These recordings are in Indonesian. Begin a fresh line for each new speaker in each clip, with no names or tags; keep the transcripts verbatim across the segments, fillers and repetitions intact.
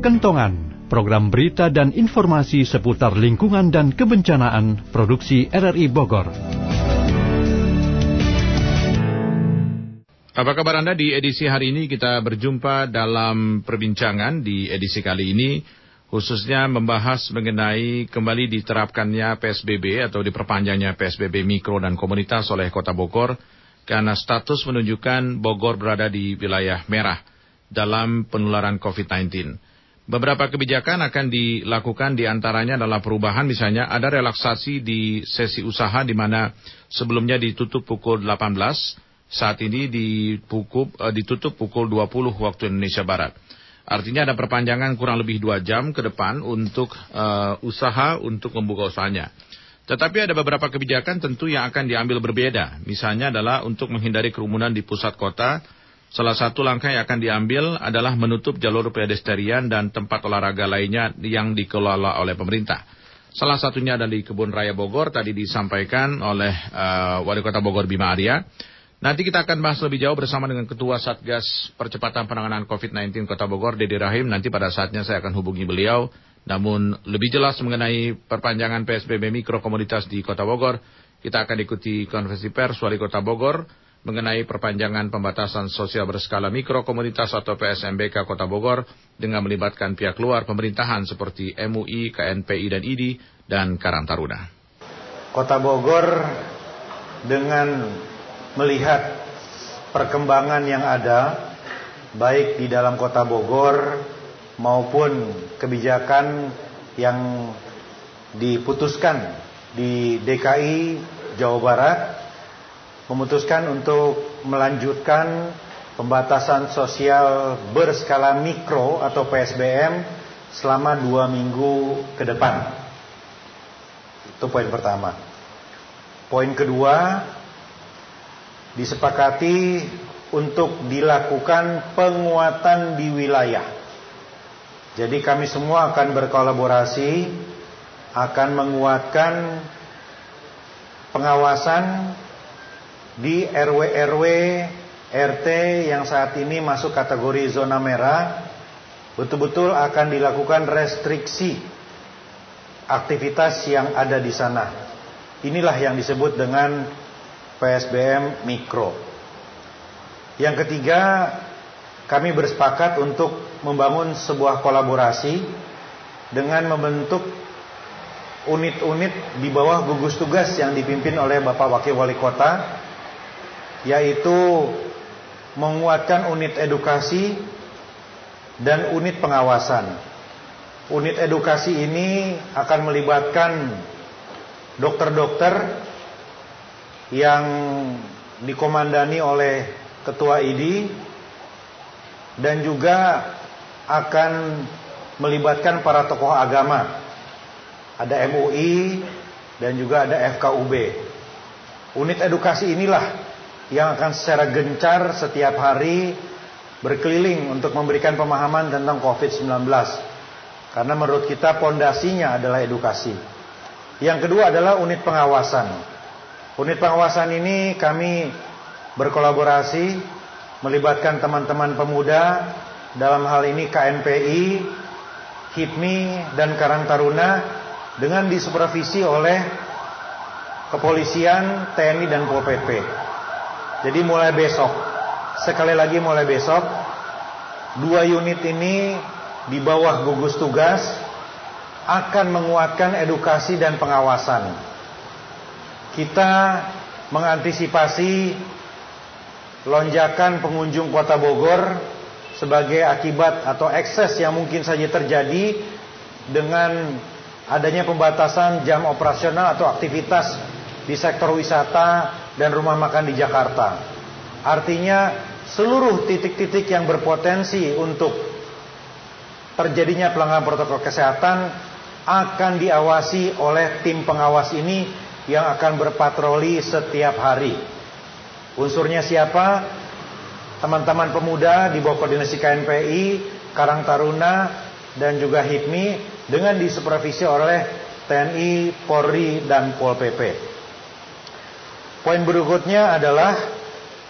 Kentongan, program berita dan informasi seputar lingkungan dan kebencanaan, produksi R R I Bogor.
Apa kabar Anda? Di edisi hari ini kita berjumpa dalam perbincangan di edisi kali ini, khususnya membahas mengenai kembali diterapkannya P S B B atau diperpanjangnya P S B B mikro dan komunitas oleh Kota Bogor, karena status menunjukkan Bogor berada di wilayah merah dalam penularan covid sembilan belas. Beberapa kebijakan akan dilakukan, diantaranya adalah perubahan, misalnya ada relaksasi di sesi usaha di mana sebelumnya ditutup pukul delapan belas, saat ini ditutup, uh, ditutup pukul dua puluh waktu Indonesia Barat. Artinya ada perpanjangan kurang lebih dua jam ke depan untuk uh, usaha untuk membuka usahanya. Tetapi ada beberapa kebijakan tentu yang akan diambil berbeda. Misalnya adalah untuk menghindari kerumunan di pusat kota. Salah satu langkah yang akan diambil adalah menutup jalur pedestrian dan tempat olahraga lainnya yang dikelola oleh pemerintah. Salah satunya ada di Kebun Raya Bogor, tadi disampaikan oleh uh, Wali Kota Bogor Bima Arya. Nanti kita akan bahas lebih jauh bersama dengan Ketua Satgas Percepatan Penanganan covid sembilan belas Kota Bogor, Dede Rahim. Nanti pada saatnya saya akan hubungi beliau. Namun lebih jelas mengenai perpanjangan P S B B mikro komunitas di Kota Bogor, kita akan ikuti konferensi pers Wali Kota Bogor mengenai perpanjangan pembatasan sosial berskala mikro komunitas atau P S M B K Kota Bogor dengan melibatkan pihak luar pemerintahan seperti M U I, K N P I dan I D I, dan Karang Taruna.
Kota Bogor dengan melihat perkembangan yang ada baik di dalam Kota Bogor maupun kebijakan yang diputuskan di D K I Jawa Barat, memutuskan untuk melanjutkan pembatasan sosial berskala mikro atau P S B M selama dua minggu ke depan. Itu poin pertama. Poin kedua, disepakati untuk dilakukan penguatan di wilayah. Jadi kami semua akan berkolaborasi, akan menguatkan pengawasan di R W R W, R T yang saat ini masuk kategori zona merah. Betul-betul akan dilakukan restriksi aktivitas yang ada di sana. Inilah yang disebut dengan P S B M mikro. Yang ketiga, kami bersepakat untuk membangun sebuah kolaborasi dengan membentuk unit-unit di bawah gugus tugas yang dipimpin oleh Bapak Wakil Wali Kota, yaitu menguatkan unit edukasi dan unit pengawasan. Unit edukasi ini akan melibatkan dokter-dokter yang dikomandani oleh Ketua I D I dan juga akan melibatkan para tokoh agama. Ada M U I dan juga ada F K U B. Unit edukasi inilah yang akan secara gencar setiap hari berkeliling untuk memberikan pemahaman tentang covid sembilan belas. Karena menurut kita pondasinya adalah edukasi. Yang kedua adalah unit pengawasan. Unit pengawasan ini kami berkolaborasi melibatkan teman-teman pemuda, dalam hal ini K N P I, H I P M I, dan Karang Taruna dengan disupervisi oleh kepolisian, T N I, dan Pol P P. Jadi mulai besok, sekali lagi mulai besok, dua unit ini di bawah gugus tugas akan menguatkan edukasi dan pengawasan. Kita mengantisipasi lonjakan pengunjung Kota Bogor sebagai akibat atau ekses yang mungkin saja terjadi dengan adanya pembatasan jam operasional atau aktivitas di sektor wisata dan rumah makan di Jakarta. Artinya seluruh titik-titik yang berpotensi untuk terjadinya pelanggaran protokol kesehatan akan diawasi oleh tim pengawas ini yang akan berpatroli setiap hari. Unsurnya siapa? Teman-teman pemuda di bawah koordinasi K N P I, Karang Taruna, dan juga H I P M I dengan disupervisi oleh T N I, Polri, dan Pol P P. Poin berikutnya adalah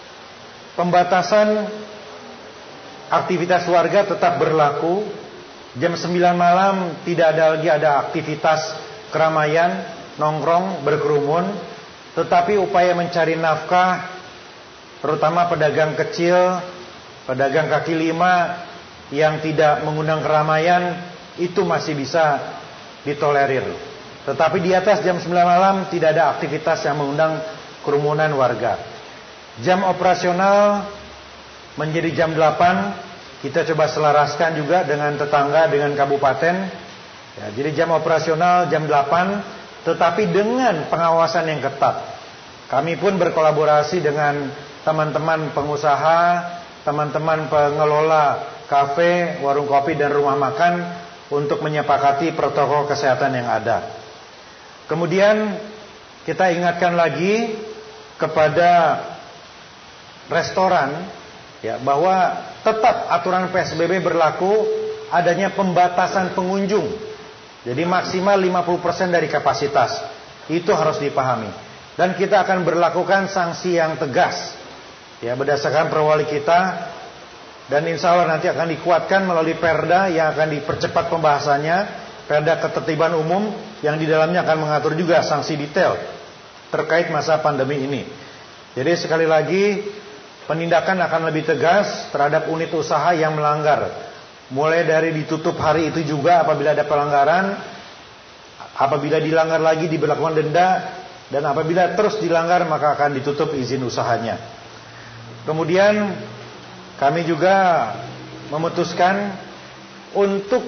pembatasan aktivitas warga tetap berlaku Jam sembilan malam tidak ada lagi ada aktivitas keramaian, nongkrong, berkerumun. Tetapi upaya mencari nafkah, terutama pedagang kecil, pedagang kaki lima yang tidak mengundang keramaian, itu masih bisa ditolerir. Tetapi di atas jam sembilan malam tidak ada aktivitas yang mengundang kerumunan warga. Jam operasional menjadi jam delapan. Kita coba selaraskan juga dengan tetangga, dengan kabupaten. Ya, jadi jam operasional jam delapan, tetapi dengan pengawasan yang ketat. Kami pun berkolaborasi dengan teman-teman pengusaha, teman-teman pengelola kafe, warung kopi dan rumah makan untuk menyepakati protokol kesehatan yang ada. Kemudian kita ingatkan lagi kepada restoran, ya, bahwa tetap aturan P S B B berlaku, adanya pembatasan pengunjung. Jadi maksimal lima puluh persen dari kapasitas. Itu harus dipahami. Dan kita akan berlakukan sanksi yang tegas, ya, berdasarkan perwali kita. Dan insya Allah nanti akan dikuatkan melalui Perda yang akan dipercepat pembahasannya, Perda Ketertiban Umum, yang di dalamnya akan mengatur juga sanksi detail terkait masa pandemi ini. Jadi sekali lagi, penindakan akan lebih tegas terhadap unit usaha yang melanggar. Mulai dari ditutup hari itu juga apabila ada pelanggaran. Apabila dilanggar lagi diberlakukan denda. Dan apabila terus dilanggar maka akan ditutup izin usahanya. Kemudian kami juga memutuskan untuk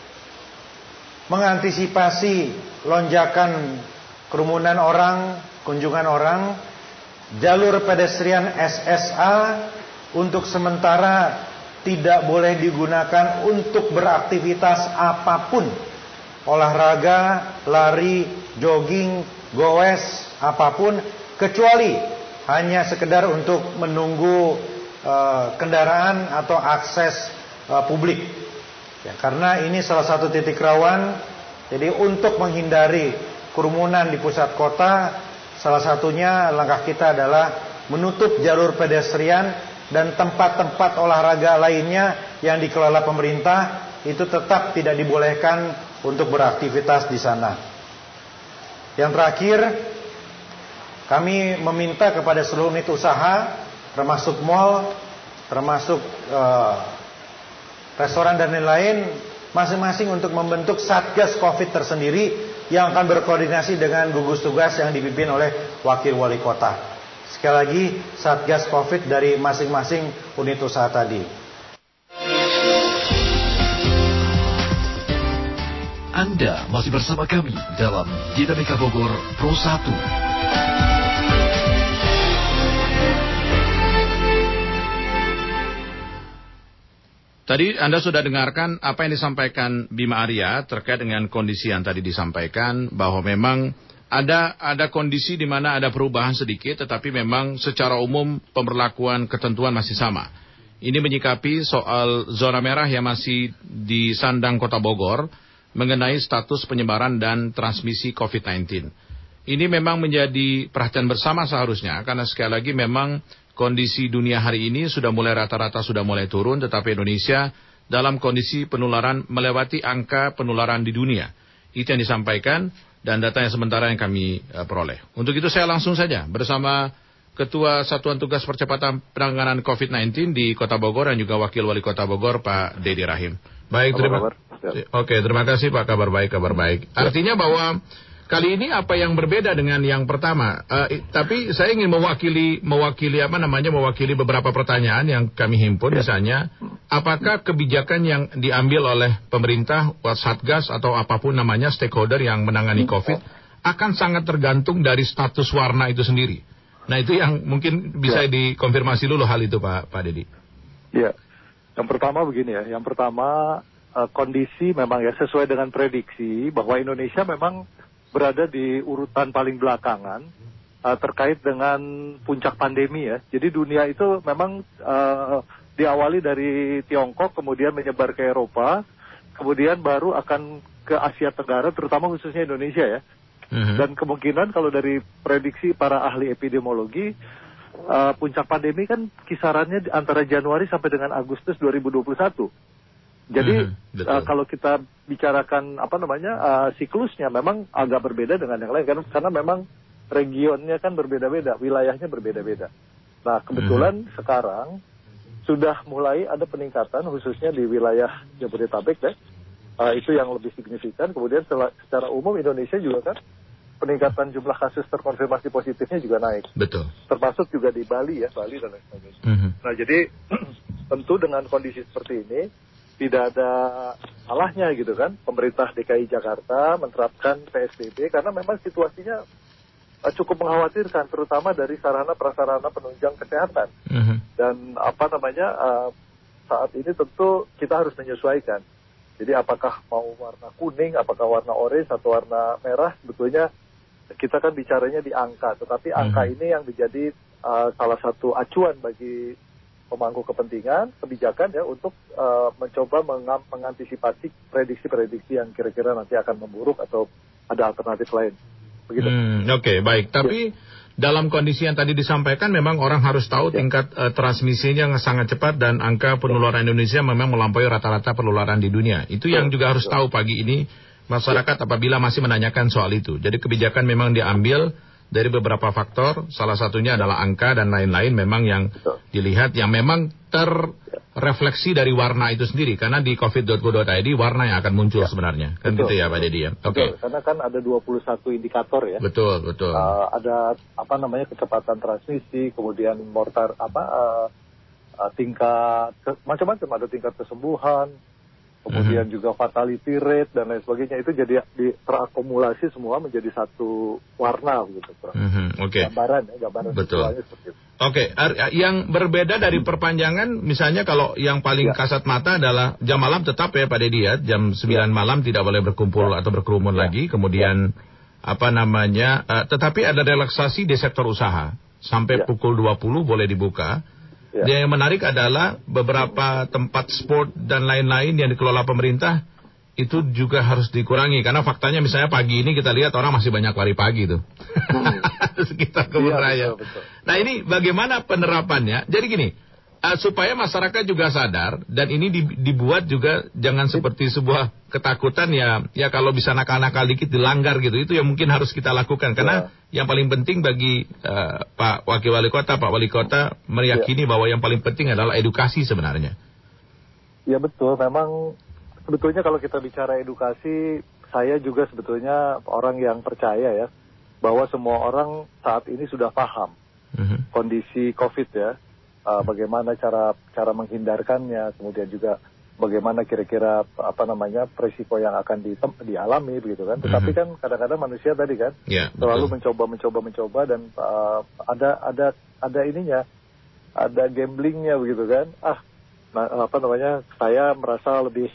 mengantisipasi lonjakan kerumunan orang, kunjungan orang, jalur pedestrian S S A untuk sementara tidak boleh digunakan untuk beraktivitas apapun. Olahraga, lari, jogging, goes, apapun, kecuali hanya sekedar untuk menunggu uh, kendaraan atau akses uh, publik. Ya, karena ini salah satu titik rawan. Jadi untuk menghindari kerumunan di pusat kota, salah satunya langkah kita adalah menutup jalur pedestrian dan tempat-tempat olahraga lainnya yang dikelola pemerintah itu tetap tidak dibolehkan untuk beraktivitas di sana. Yang terakhir, kami meminta kepada seluruh unit usaha, termasuk mal, termasuk uh, restoran dan lain-lain, masing-masing untuk membentuk Satgas Covid tersendiri yang akan berkoordinasi dengan gugus tugas yang dipimpin oleh Wakil Wali Kota. Sekali lagi, Satgas Covid dari masing-masing unit usaha tadi.
Anda masih bersama kami dalam Dinamika Bogor Pro satu.
Tadi Anda sudah dengarkan apa yang disampaikan Bima Arya terkait dengan kondisi yang tadi disampaikan, bahwa memang ada ada kondisi di mana ada perubahan sedikit, tetapi memang secara umum pemberlakuan ketentuan masih sama. Ini menyikapi soal zona merah yang masih disandang Kota Bogor mengenai status penyebaran dan transmisi covid sembilan belas. Ini memang menjadi perhatian bersama seharusnya, karena sekali lagi memang kondisi dunia hari ini sudah mulai rata-rata sudah mulai turun, tetapi Indonesia dalam kondisi penularan melewati angka penularan di dunia. Itu yang disampaikan dan data yang sementara yang kami uh, peroleh. Untuk itu saya langsung saja bersama Ketua Satuan Tugas Percepatan Penanganan covid sembilan belas di Kota Bogor dan juga Wakil Wali Kota Bogor Pak Dedi Rahim. Baik, terima kasih. Oke, terima kasih Pak, kabar baik, kabar baik. Artinya bahwa kali ini apa yang berbeda dengan yang pertama? Uh, tapi saya ingin mewakili, mewakili apa namanya, mewakili beberapa pertanyaan yang kami himpun. Ya. Misalnya, apakah kebijakan yang diambil oleh pemerintah, Satgas atau apapun namanya stakeholder yang menangani COVID akan sangat tergantung dari status warna itu sendiri. Nah itu yang mungkin bisa ya. dikonfirmasi dulu hal itu Pak, Pak Dedi.
Ya, yang pertama begini ya, yang pertama kondisi memang ya sesuai dengan prediksi bahwa Indonesia memang berada di urutan paling belakangan uh, terkait dengan puncak pandemi ya. Jadi dunia itu memang uh, diawali dari Tiongkok, kemudian menyebar ke Eropa, kemudian baru akan ke Asia Tenggara, terutama khususnya Indonesia ya. Uh-huh. Dan kemungkinan kalau dari prediksi para ahli epidemiologi, uh, puncak pandemi kan kisarannya antara Januari sampai dengan Agustus dua ribu dua puluh satu. Jadi
mm-hmm.
uh, kalau kita bicarakan apa namanya uh, siklusnya memang agak berbeda dengan yang lain karena, karena memang regionnya kan berbeda-beda, wilayahnya berbeda-beda. Nah kebetulan mm-hmm. sekarang sudah mulai ada peningkatan khususnya di wilayah Jabodetabek deh. Uh, itu yang lebih signifikan. Kemudian secara, secara umum Indonesia juga kan peningkatan jumlah kasus terkonfirmasi positifnya juga naik.
Betul.
Termasuk juga di Bali ya, Bali dan lain sebagainya.
Mm-hmm.
Nah jadi tentu dengan kondisi seperti ini tidak ada salahnya gitu kan pemerintah D K I Jakarta menerapkan P S B B karena memang situasinya uh, cukup mengkhawatirkan terutama dari sarana prasarana penunjang kesehatan. Mm-hmm. Dan apa namanya uh, saat ini tentu kita harus menyesuaikan. Jadi apakah mau warna kuning, apakah warna orange atau warna merah, sebetulnya kita kan bicaranya di angka. Tetapi angka mm-hmm. ini yang menjadi uh, salah satu acuan bagi pemangku kepentingan, kebijakan ya untuk uh, mencoba mengam, mengantisipasi prediksi-prediksi yang kira-kira nanti akan memburuk atau ada alternatif lain. Begitu.
Hmm, Oke, okay, baik. Tapi ya. Dalam kondisi yang tadi disampaikan memang orang harus tahu ya. tingkat uh, transmisinya yang sangat cepat dan angka penularan ya. Indonesia memang melampaui rata-rata penularan di dunia. Itu yang ya. juga harus ya. tahu pagi ini masyarakat ya. apabila masih menanyakan soal itu. Jadi kebijakan memang diambil dari beberapa faktor, salah satunya adalah angka dan lain-lain memang yang Betul. dilihat yang memang terrefleksi dari warna itu sendiri. Karena di covid dot go dot i d warna yang akan muncul ya. sebenarnya. Kan betul, gitu ya Pak Dedi ya? Oke. Okay.
Karena kan ada dua puluh satu indikator ya.
Betul, betul.
Uh, ada apa namanya kecepatan transmisi, kemudian mortar apa uh, uh, tingkat ke, macam-macam, ada tingkat kesembuhan, kemudian mm-hmm. juga fatality rate dan lain sebagainya, itu jadi di, terakumulasi semua menjadi satu warna gitu.
Mm-hmm. Oke. Okay.
Gambaran ya, gambaran
Betul. Oke, okay. Yang berbeda dari perpanjangan misalnya kalau yang paling ya. kasat mata adalah jam malam tetap ya Pak Dedi ya, jam sembilan ya. malam tidak boleh berkumpul ya. atau berkerumun ya. lagi, kemudian ya. apa namanya, uh, tetapi ada relaksasi di sektor usaha sampai ya. pukul dua puluh boleh dibuka. Ya. Yang menarik adalah beberapa tempat sport dan lain-lain yang dikelola pemerintah itu juga harus dikurangi. Karena faktanya misalnya pagi ini kita lihat orang masih banyak lari pagi tuh. Hmm. Sekitar kebun raya. Betul, betul. Nah ini bagaimana penerapannya? Jadi gini, uh, supaya masyarakat juga sadar dan ini dibuat juga jangan seperti sebuah ketakutan ya. Ya kalau bisa nakal-nakal dikit dilanggar gitu. Itu yang mungkin harus kita lakukan. Karena ya. yang paling penting bagi uh, Pak Wakil Wali Kota, Pak Wali Kota meyakini ya. bahwa yang paling penting adalah edukasi sebenarnya. Ya betul, memang sebetulnya kalau kita bicara edukasi, saya juga sebetulnya orang yang percaya ya, bahwa semua orang saat ini sudah paham uh-huh. kondisi COVID ya, uh, bagaimana cara cara menghindarkannya, kemudian juga bagaimana kira-kira apa namanya risiko yang akan di, dialami begitu kan. Tetapi uh-huh. kan kadang-kadang manusia tadi kan yeah, selalu mencoba mencoba mencoba dan uh, ada ada ada ininya, ada gamblingnya begitu kan. Ah, nah, apa namanya, saya merasa lebih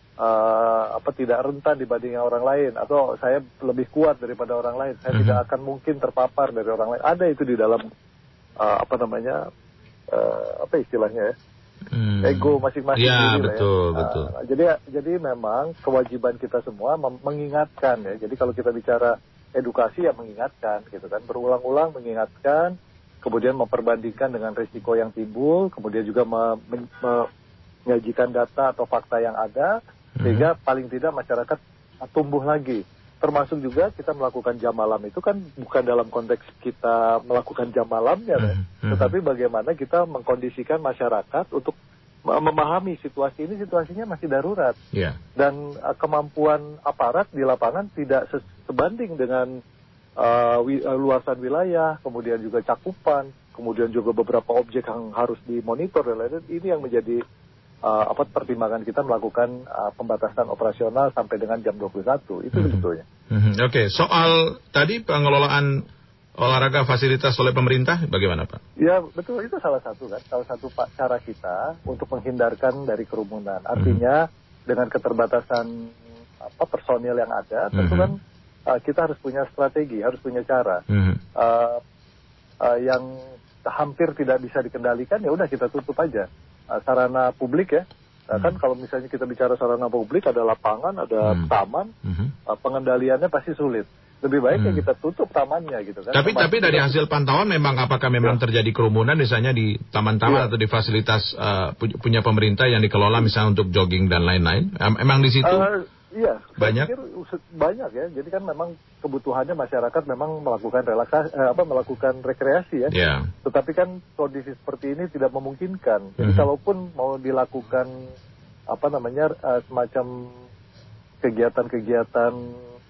Uh, apa tidak rentan dibandingkan orang lain, atau saya lebih kuat daripada orang lain, saya mm-hmm. tidak akan mungkin terpapar dari orang lain. Ada itu di dalam uh, apa namanya uh, apa istilahnya ya, mm. ego masing-masing. Ya betul ya. betul.
Uh, jadi jadi memang kewajiban kita semua mem- mengingatkan ya. Jadi kalau kita bicara edukasi ya mengingatkan gitu kan, berulang-ulang mengingatkan, kemudian memperbandingkan dengan risiko yang timbul, kemudian juga me- me- me- menyajikan data atau fakta yang ada. Sehingga paling tidak masyarakat tumbuh lagi. Termasuk juga kita melakukan jam malam itu kan bukan dalam konteks kita melakukan jam malamnya, mm-hmm. tetapi bagaimana kita mengkondisikan masyarakat untuk memahami situasi ini, situasinya masih darurat. Yeah. Dan uh, kemampuan aparat di lapangan tidak sebanding dengan uh, wi- uh, luasan wilayah, kemudian juga cakupan, kemudian juga beberapa objek yang harus dimonitor dan lain-lain. Ini yang menjadi Uh, apa pertimbangan kita melakukan uh, pembatasan operasional sampai dengan jam dua puluh satu itu mm-hmm. sebetulnya.
Mm-hmm. Oke, okay. Soal tadi pengelolaan olahraga fasilitas oleh pemerintah bagaimana Pak?
Ya betul, itu salah satu kan, salah satu pak cara kita untuk menghindarkan dari kerumunan. Artinya mm-hmm. dengan keterbatasan apa personil yang ada, mm-hmm. tentu kan uh, kita harus punya strategi, harus punya cara. Mm-hmm. Uh, uh, yang hampir tidak bisa dikendalikan ya udah kita tutup aja. Sarana publik ya, hmm. kan kalau misalnya kita bicara sarana publik ada lapangan, ada hmm. taman, hmm. pengendaliannya pasti sulit. Lebih baiknya
Hmm.
kita tutup tamannya gitu kan.
Tapi
Termasuk
tapi dari
juga-
hasil pantauan memang apakah memang
Ya.
terjadi kerumunan misalnya di taman-taman
Ya.
atau di fasilitas uh, pu- punya pemerintah yang dikelola misalnya untuk jogging dan lain-lain? Em- Emang di situ
Uh, iya,
banyak?
saya pikir us- banyak ya. Jadi kan memang kebutuhannya masyarakat memang melakukan relaksasi, eh, apa melakukan rekreasi ya.
Ya.
Tetapi kan kondisi seperti ini tidak memungkinkan. Jadi
Mhm.
kalaupun mau dilakukan apa namanya uh, semacam kegiatan-kegiatan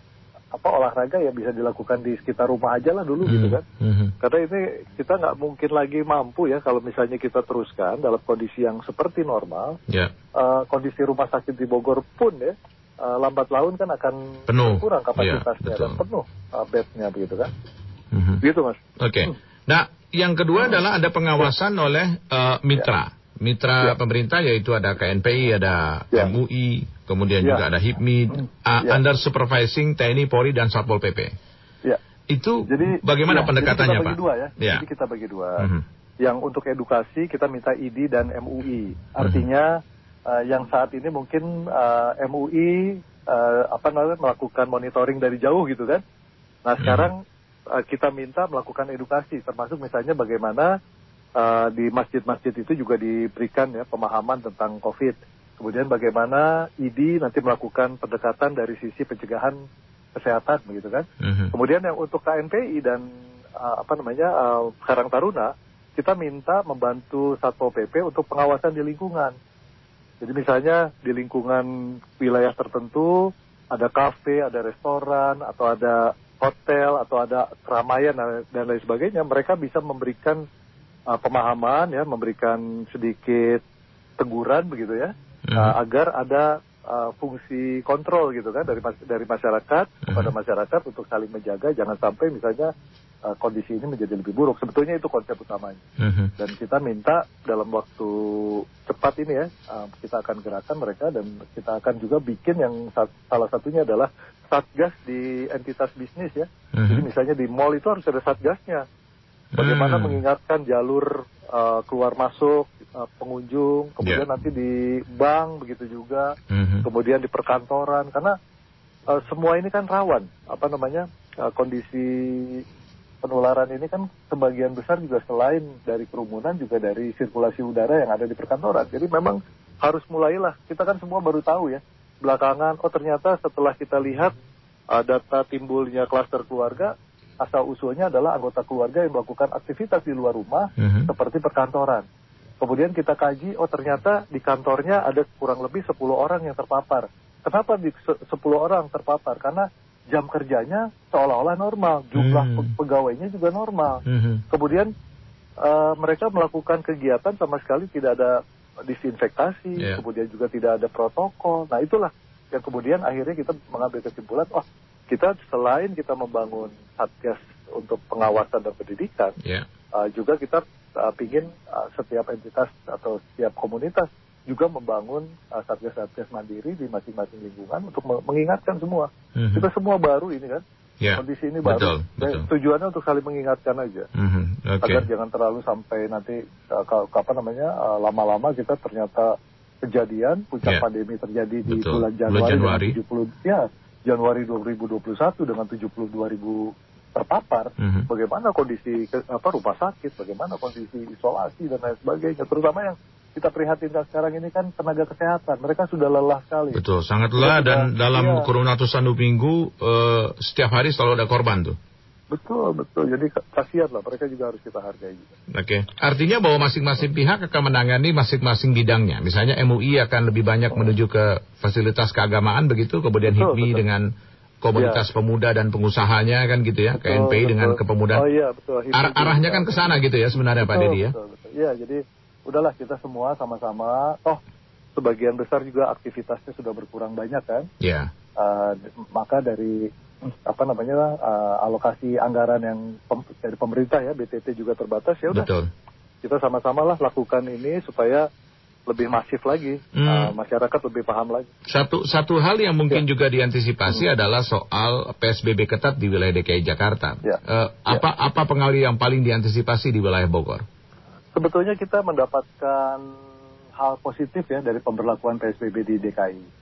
apa olahraga ya bisa dilakukan di sekitar rumah aja lah dulu gitu kan.
Mhm.
Karena ini kita nggak mungkin lagi mampu ya kalau misalnya kita teruskan dalam kondisi yang seperti normal.
Ya.
Uh, kondisi rumah sakit di Bogor pun ya uh, lambat laun kan akan
Penuh.
kurang
Ya,
kapasitasnya
betul.
dan penuh uh, bednya begitu kan.
Mhm.
Gitu mas.
Oke. Nah, yang kedua adalah ada pengawasan oleh uh, mitra. Mitra
Ya.
pemerintah yaitu ada K N P I, ada
Ya.
M U I, kemudian
Ya.
juga ada HIPMI, uh,
Ya.
under supervising T N I, Polri dan Satpol P P.
Ya.
Itu
Jadi
bagaimana
ya,
pendekatannya,
jadi kita
Pak?
bagi dua ya.
Ya.
Jadi kita bagi dua.
Mhm.
Yang untuk edukasi kita minta I D dan M U I. Artinya uh, yang saat ini mungkin uh, M U I uh, apa namanya melakukan monitoring dari jauh gitu kan. Nah sekarang uh, kita minta melakukan edukasi, termasuk misalnya bagaimana uh, di masjid-masjid itu juga diberikan ya pemahaman tentang COVID. Kemudian bagaimana I D nanti melakukan pendekatan dari sisi pencegahan kesehatan begitu kan.
Mhm.
Kemudian yang untuk K N P I dan uh, apa namanya uh, Karang Taruna, kita minta membantu Satpol P P untuk pengawasan di lingkungan. Jadi misalnya di lingkungan wilayah tertentu ada kafe, ada restoran, atau ada hotel, atau ada keramaian dan, dan lain sebagainya, mereka bisa memberikan uh, pemahaman ya, memberikan sedikit teguran begitu ya,
Mhm.
uh, agar ada uh, fungsi kontrol gitu kan dari mas- dari masyarakat kepada masyarakat untuk saling menjaga, jangan sampai misalnya uh, kondisi ini menjadi lebih buruk. Sebetulnya itu konsep utamanya.
Mhm.
Dan kita minta dalam waktu cepat ini ya, uh, kita akan gerakan mereka dan kita akan juga bikin yang sat- salah satunya adalah satgas di entitas bisnis ya.
Mhm.
Jadi misalnya di mall itu harus ada satgasnya. Bagaimana
Hmm.
mengingatkan jalur uh, keluar masuk uh, pengunjung, kemudian
Ya.
nanti di bank begitu juga,
Mhm.
kemudian di perkantoran, karena uh, semua ini kan rawan, apa namanya uh, kondisi penularan ini kan sebagian besar juga selain dari kerumunan juga dari sirkulasi udara yang ada di perkantoran. Jadi memang harus mulailah, kita kan semua baru tahu ya belakangan, oh ternyata setelah kita lihat uh, data timbulnya klaster keluarga, asal usulnya adalah anggota keluarga yang melakukan aktivitas di luar rumah
Mhm.
seperti perkantoran. Kemudian kita kaji, oh ternyata di kantornya ada kurang lebih sepuluh orang yang terpapar. Kenapa di se- sepuluh orang terpapar? Karena jam kerjanya seolah-olah normal, jumlah
Hmm.
pe- pegawainya juga normal.
Mhm.
Kemudian eh, mereka melakukan kegiatan sama sekali tidak ada disinfektasi,
Yeah.
kemudian juga tidak ada protokol. Nah itulah yang kemudian akhirnya kita mengambil kesimpulan, oh kita selain kita membangun satgas untuk pengawasan dan pendidikan,
Ya.
uh, juga kita uh, pingin uh, setiap entitas atau setiap komunitas juga membangun uh, satgas-satgas mandiri di masing-masing lingkungan untuk me- mengingatkan semua.
Mhm.
Kita semua baru ini kan,
Ya.
kondisi ini
Betul,
baru.
betul.
Dan tujuannya untuk saling mengingatkan aja.
Mhm. Oke.
Agar jangan terlalu sampai nanti uh, ka- apa namanya uh, lama-lama kita ternyata kejadian puncak
Ya.
pandemi terjadi di
Betul.
bulan
Bulan
Januari,
Januari.
dengan tujuh puluh ya Januari dua ribu dua puluh satu dengan tujuh puluh dua ribu terpapar.
Mhm.
Bagaimana kondisi ke- apa rumah sakit, bagaimana kondisi isolasi dan lain sebagainya. Terutama yang kita prihatinkan sekarang ini kan tenaga kesehatan, mereka sudah lelah sekali.
Betul, sangat lelah
Sudah-
dan dalam
iya.
kurun ratusan minggu eh, setiap hari selalu ada korban tuh.
Betul, betul. Jadi k- kasihan lah, mereka juga harus kita hargai juga.
Oke, artinya bahwa masing-masing pihak akan menangani masing-masing bidangnya. Misalnya M U I akan lebih banyak menuju ke fasilitas keagamaan begitu, kemudian
Betul,
HIPMI
betul.
dengan komunitas pemuda dan pengusahanya kan gitu ya, K N P I
Betul,
dengan
betul.
kepemudaan.
Oh iya, betul. Hipmi
Ar-
juga.
arahnya kan ke sana gitu ya sebenarnya Pak
Betul,
Dedi ya.
Betul, betul. Iya, jadi udahlah kita semua sama-sama. Oh, sebagian besar juga aktivitasnya sudah berkurang banyak kan.
Ya.
Uh, d- maka dari apa namanya uh, alokasi anggaran yang pem- dari pemerintah ya, B T T juga terbatas ya udah.
Betul.
Kita sama-sama lah lakukan ini supaya lebih masif lagi,
Hmm.
uh, masyarakat lebih paham lagi.
Satu satu hal yang mungkin
Ya.
juga diantisipasi adalah soal P S B B ketat di wilayah D K I Jakarta.
Ya.
Eh, apa apa pengaruh yang paling diantisipasi di wilayah Bogor?
Sebetulnya kita mendapatkan hal positif ya dari pemberlakuan P S B B di D K I.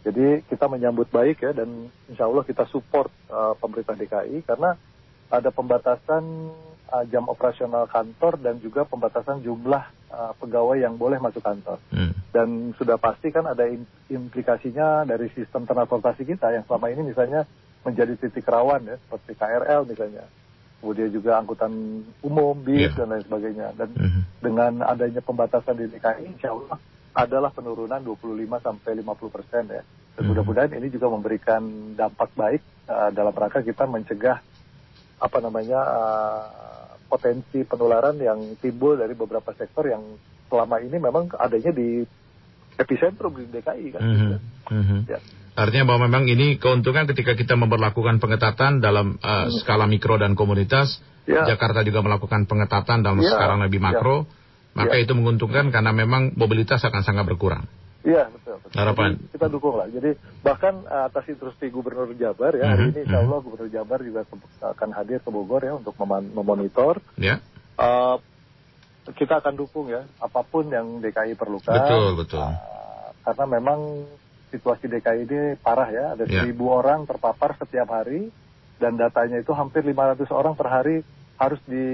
Jadi kita menyambut baik ya, dan insya Allah kita support uh, pemerintah D K I karena ada pembatasan uh, jam operasional kantor dan juga pembatasan jumlah uh, pegawai yang boleh masuk kantor. Hmm. Dan sudah pasti kan ada implikasinya dari sistem transportasi kita yang selama ini misalnya menjadi titik rawan ya, seperti K R L misalnya. Kemudian juga angkutan umum, bis, yeah. dan lain sebagainya. Dan mm-hmm. dengan adanya pembatasan di D K I, insya Allah adalah penurunan dua puluh lima sampai lima puluh persen ya. Dan mm-hmm. mudah-mudahan ini juga memberikan dampak baik uh, dalam rangka kita mencegah apa namanya uh, potensi penularan yang timbul dari beberapa sektor yang selama ini memang adanya di epicentrum di D K I kan.
Mm-hmm.
Gitu.
Mm-hmm. Ya. Artinya bahwa memang ini keuntungan ketika kita memperlakukan pengetatan dalam uh, hmm. skala mikro dan komunitas. Ya. Jakarta juga melakukan pengetatan dalam ya. skala lebih makro. Ya. Maka ya. itu menguntungkan karena memang mobilitas akan sangat berkurang.
Iya, betul. betul.
Harapan.
Jadi, kita dukung lah. Jadi bahkan uh, atas instruksi Gubernur Jabar ya, mm-hmm. hari ini insya Allah Gubernur Jabar juga akan hadir ke Bogor ya untuk mem- memonitor.
Ya.
Uh, kita akan dukung ya, apapun yang D K I perlukan.
Betul, betul.
Uh, karena memang situasi D K I ini parah ya, ada
ya.
seribu orang terpapar setiap hari, dan datanya itu hampir lima ratus orang per hari harus di,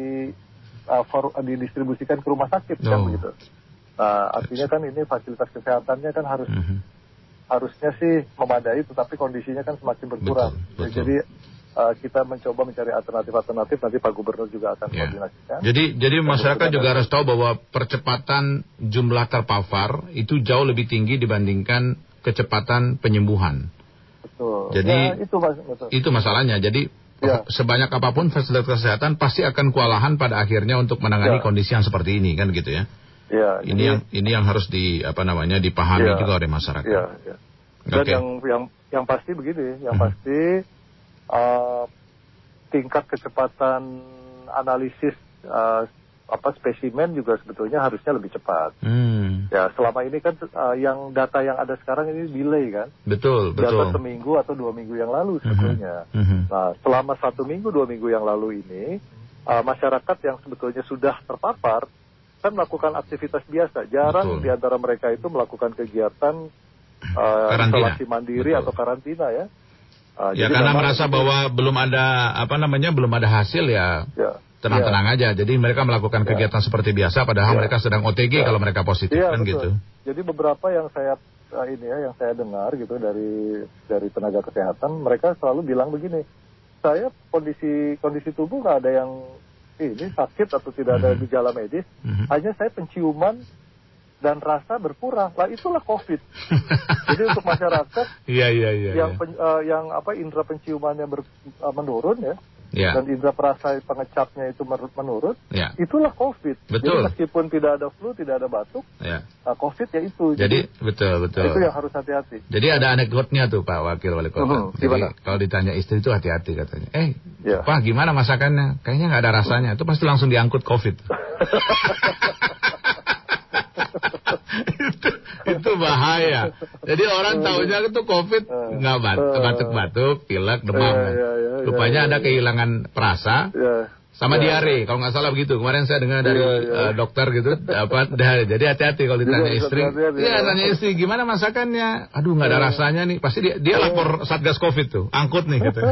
uh, for, didistribusikan ke rumah sakit, oh. kan begitu. Nah, artinya kan ini fasilitas kesehatannya kan harus mm-hmm. harusnya sih memadai, tetapi kondisinya kan semakin berkurang.
Betul, betul.
Jadi uh, kita mencoba mencari alternatif-alternatif, nanti Pak Gubernur juga akan
ya.
koordinasikan.
Jadi, jadi masyarakat juga harus tahu bahwa percepatan jumlah terpapar itu jauh lebih tinggi dibandingkan kecepatan penyembuhan.
Betul.
Jadi
ya, itu, mas, betul.
itu masalahnya. Jadi ya. sebanyak apapun fasilitas kesehatan pasti akan kewalahan pada akhirnya untuk menangani ya. kondisi yang seperti ini, kan gitu ya.
Ya,
ini yang ini yang harus di apa namanya dipahami ya, juga oleh masyarakat.
Ya, ya. Dan okay. yang yang yang pasti begini, yang hmm. pasti uh, tingkat kecepatan analisis uh, apa spesimen juga sebetulnya harusnya lebih cepat. Hmm. Ya, selama ini kan uh, yang data yang ada sekarang ini delay kan.
Betul, betul.
Data seminggu atau dua minggu yang lalu sebetulnya. Hmm. Hmm. Nah, selama satu minggu dua minggu yang lalu ini uh, masyarakat yang sebetulnya sudah terpapar kan melakukan aktivitas biasa. Jarang Betul. di antara mereka itu melakukan kegiatan uh, isolasi mandiri Betul. atau karantina ya. Uh,
ya karena merasa itu, bahwa belum ada apa namanya belum ada hasil ya, ya tenang-tenang ya. aja. Jadi mereka melakukan ya. kegiatan seperti biasa padahal ya. mereka sedang O T G ya. kalau mereka positif ya, kan betul. gitu.
Jadi beberapa yang saya uh, ini ya yang saya dengar gitu dari dari tenaga kesehatan, mereka selalu bilang begini, saya kondisi kondisi tubuh nggak ada yang ini sakit atau tidak ada gejala medis, mm-hmm. hanya saya penciuman dan rasa berkurang. Lah itulah COVID. Jadi untuk masyarakat
yeah, yeah, yeah,
yang
yeah.
pen, uh, yang apa indera penciumannya ber, uh, menurun ya,
yeah.
dan indera perasa pengecapnya itu menurun,
yeah.
itulah COVID.
Betul.
Jadi meskipun tidak ada flu, tidak ada batuk, yeah. uh, COVID ya itu.
Jadi, Jadi betul betul.
Itu yang harus hati-hati.
Jadi ada anekdotnya tuh Pak Wakil Wali Kota. Uh-huh. Jadi kalau ditanya istri itu hati-hati katanya. Eh, yeah. Pak gimana masakannya? Kayaknya nggak ada rasanya. Itu pasti langsung diangkut COVID. itu, itu bahaya. Jadi orang tahunya itu COVID nggak batuk-batuk, pilek, demam. Rupanya ada kehilangan perasa sama diare. Kalau nggak salah begitu. Kemarin saya dengar dari uh, dokter gitu. Apa? Jadi hati-hati kalau ditanya istri. Iya, tanya istri gimana masakannya. Aduh nggak ada rasanya nih. Pasti dia, dia lapor Satgas COVID tuh. Angkut nih gitu.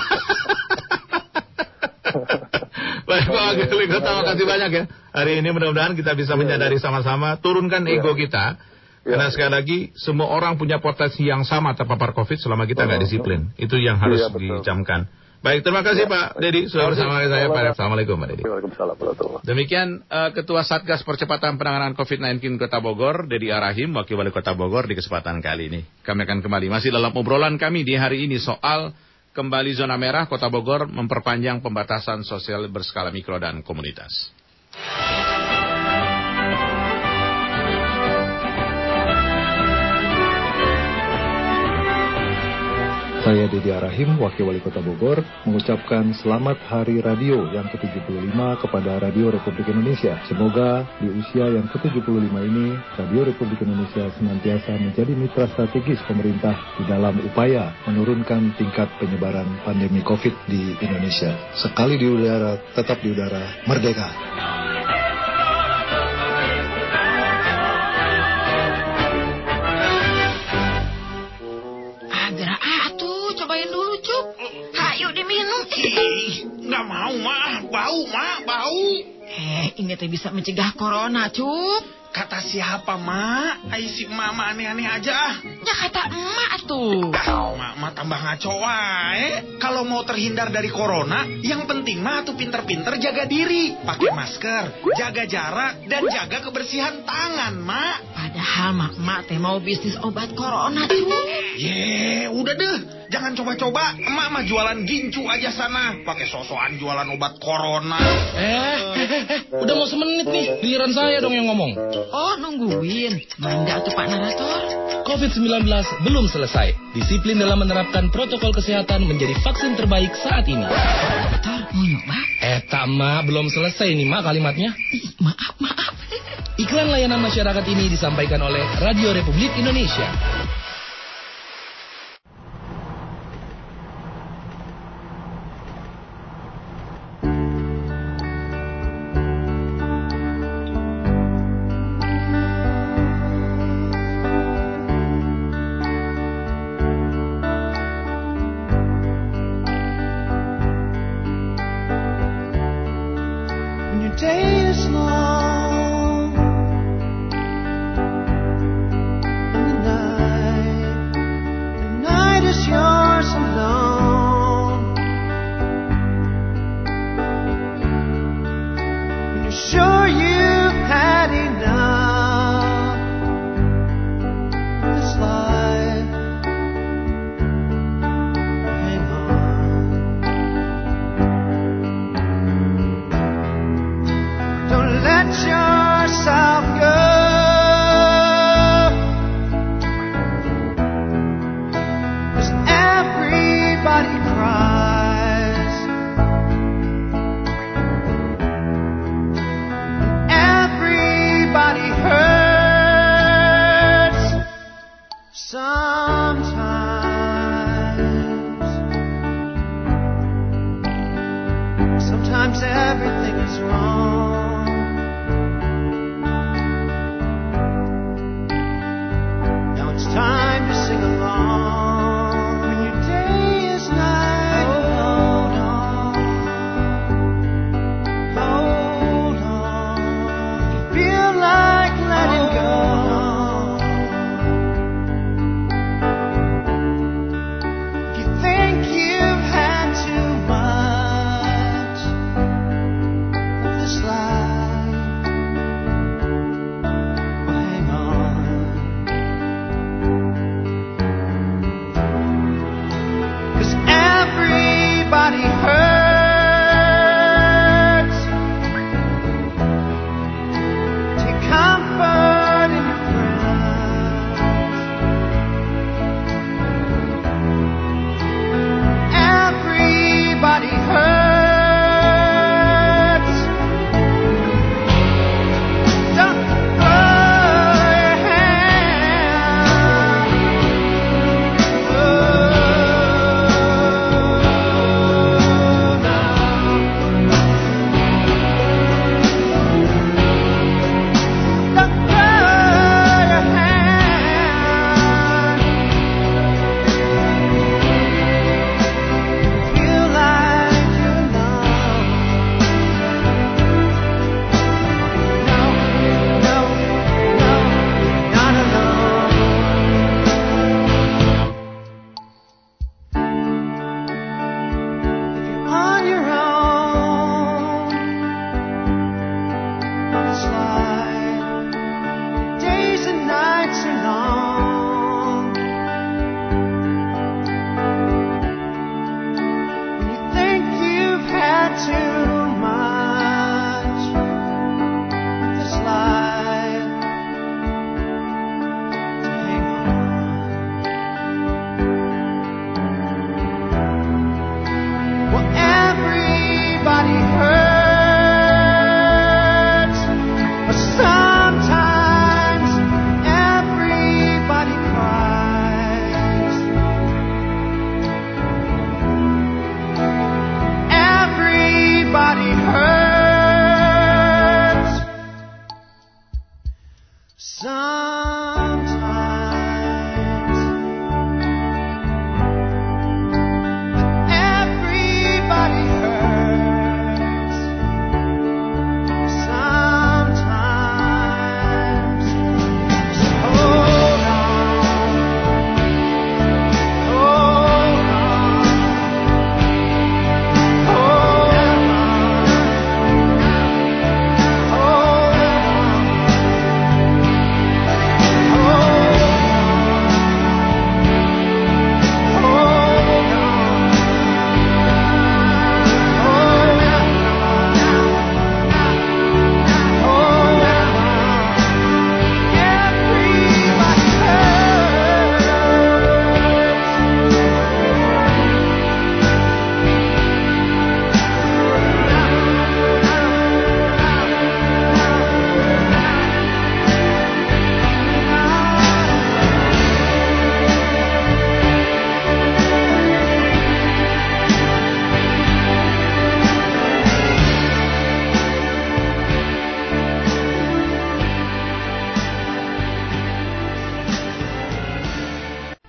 Baik Pak Wakil Wali Kota, terima kasih banyak ya. Hari ini mudah-mudahan kita bisa menyadari sama-sama, turunkan ego kita. Karena sekali lagi, semua orang punya potensi yang sama terpapar COVID selama kita nggak disiplin. Itu yang harus dicamkan. Baik, terima kasih Pak Dedi sudah bersama saya. Pak. Assalamualaikum Pak Dedi. Demikian uh, Ketua Satgas Percepatan Penanganan COVID sembilan belas Kota Bogor, Dedi Arahim, Wakil Wali Kota Bogor di kesempatan kali ini. Kami akan kembali masih dalam obrolan kami di hari ini soal kembali zona merah, Kota Bogor memperpanjang pembatasan sosial berskala mikro dan komunitas.
Saya Dedi Arahim, Wakil Wali Kota Bogor, mengucapkan selamat Hari Radio yang ke tujuh puluh lima kepada Radio Republik Indonesia. Semoga di usia yang ke tujuh puluh lima ini, Radio Republik Indonesia senantiasa menjadi mitra strategis pemerintah di dalam upaya menurunkan tingkat penyebaran pandemi COVID di Indonesia. Sekali di udara, tetap di udara, merdeka!
ini teh bisa mencegah corona, Cup.
Kata siapa, Mak? Ai si Mama aneh-aneh aja.
Ya kata emak tuh.
Ah, Mama tambah ngaco wae. Kalau mau terhindar dari corona, yang penting mah tuh pinter-pinter jaga diri. Pakai masker, jaga jarak, dan jaga kebersihan tangan, Mak.
Padahal mak-mak teh mau bisnis obat corona, Cup.
Ye, udah deh. Jangan coba-coba. Emak mah jualan gincu aja sana. Pakai sosokan jualan obat corona.
Eh, eh, eh, eh, udah mau semenit nih. Giliran saya dong yang ngomong.
Oh, nungguin. Mangga tuh Pak Narator.
covid sembilan belas belum selesai. Disiplin dalam menerapkan protokol kesehatan menjadi vaksin terbaik saat ini.
Narator, mau nyoba?
Eh, tak, Ma. Belum selesai nih, Ma, kalimatnya.
Ih, maaf, maaf.
Iklan layanan masyarakat ini disampaikan oleh Radio Republik Indonesia.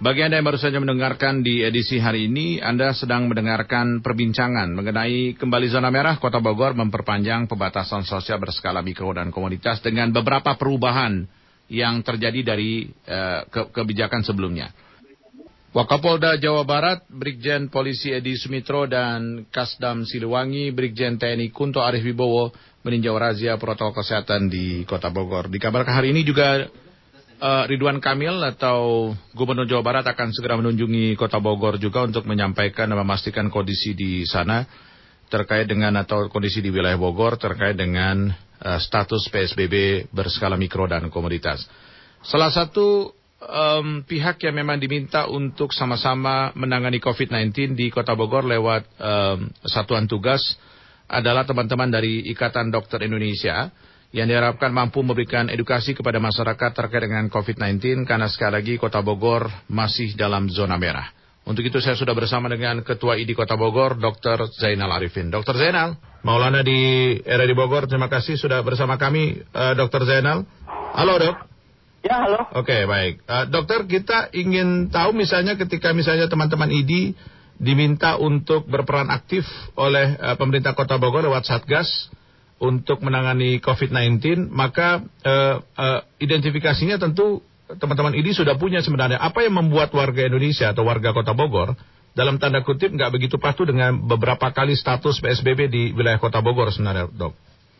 Bagi Anda yang baru saja mendengarkan di edisi hari ini, Anda sedang mendengarkan perbincangan mengenai kembali zona merah. Kota Bogor memperpanjang pembatasan sosial berskala mikro dan komunitas dengan beberapa perubahan yang terjadi dari uh, ke- kebijakan sebelumnya. Wakapolda Jawa Barat, Brigjen Polisi Edi Sumitro dan Kasdam Siliwangi, Brigjen T N I Kunto Arif Wibowo meninjau razia protokol kesehatan di Kota Bogor. Dikabarkan hari ini juga Uh, Ridwan Kamil atau Gubernur Jawa Barat akan segera mengunjungi Kota Bogor juga untuk menyampaikan dan memastikan kondisi di sana terkait dengan atau kondisi di wilayah Bogor terkait dengan uh, status P S B B berskala mikro dan komunitas. Salah satu um, pihak yang memang diminta untuk sama-sama menangani covid sembilan belas di Kota Bogor lewat um, satuan tugas adalah teman-teman dari Ikatan Dokter Indonesia yang diharapkan mampu memberikan edukasi kepada masyarakat terkait dengan covid sembilan belas karena sekali lagi Kota Bogor masih dalam zona merah. Untuk itu saya sudah bersama dengan Ketua I D I Kota Bogor, Dokter Zainal Arifin. Dokter Zainal, Maulana di R R I Bogor, terima kasih sudah bersama kami, uh, Dokter Zainal. Halo dok.
Ya halo.
Oke okay, baik. Uh, dokter, kita ingin tahu misalnya ketika misalnya teman-teman I D I diminta untuk berperan aktif oleh uh, pemerintah Kota Bogor lewat Satgas untuk menangani covid sembilan belas, maka uh, uh, identifikasinya tentu teman-teman I D I sudah punya sebenarnya. Apa yang membuat warga Indonesia atau warga Kota Bogor dalam tanda kutip nggak begitu patuh dengan beberapa kali status P S B B di wilayah Kota Bogor sebenarnya, dok?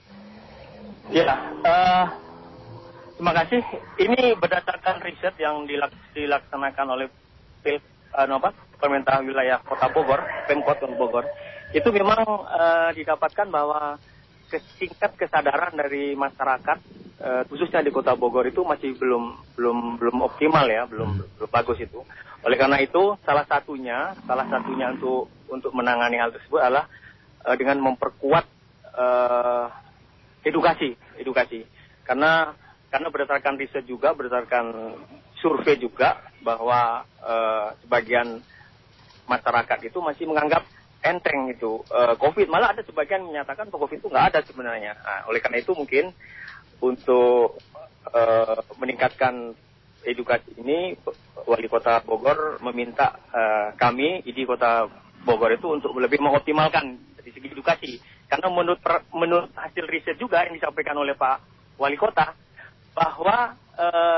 Ya, uh, terima kasih. Ini berdasarkan riset yang dilaks- dilaksanakan oleh Pil, uh, no, pemerintah wilayah Kota Bogor, Pemkot Bogor. Itu memang uh, didapatkan bahwa tingkat kesadaran dari masyarakat uh, khususnya di Kota Bogor itu masih belum belum belum optimal ya, belum hmm. belum bagus itu. Oleh karena itu salah satunya salah satunya untuk untuk menangani hal tersebut adalah uh, dengan memperkuat uh, edukasi edukasi karena karena berdasarkan riset juga, berdasarkan survei juga bahwa uh, sebagian masyarakat itu masih menganggap enteng itu uh, COVID, malah ada sebagian menyatakan bahwa COVID itu nggak ada sebenarnya. Nah, oleh karena itu mungkin untuk uh, meningkatkan edukasi ini, Wali Kota Bogor meminta uh, kami I D I Kota Bogor itu untuk lebih mengoptimalkan dari segi edukasi. Karena menurut per, menurut hasil riset juga yang disampaikan oleh Pak Wali Kota bahwa uh,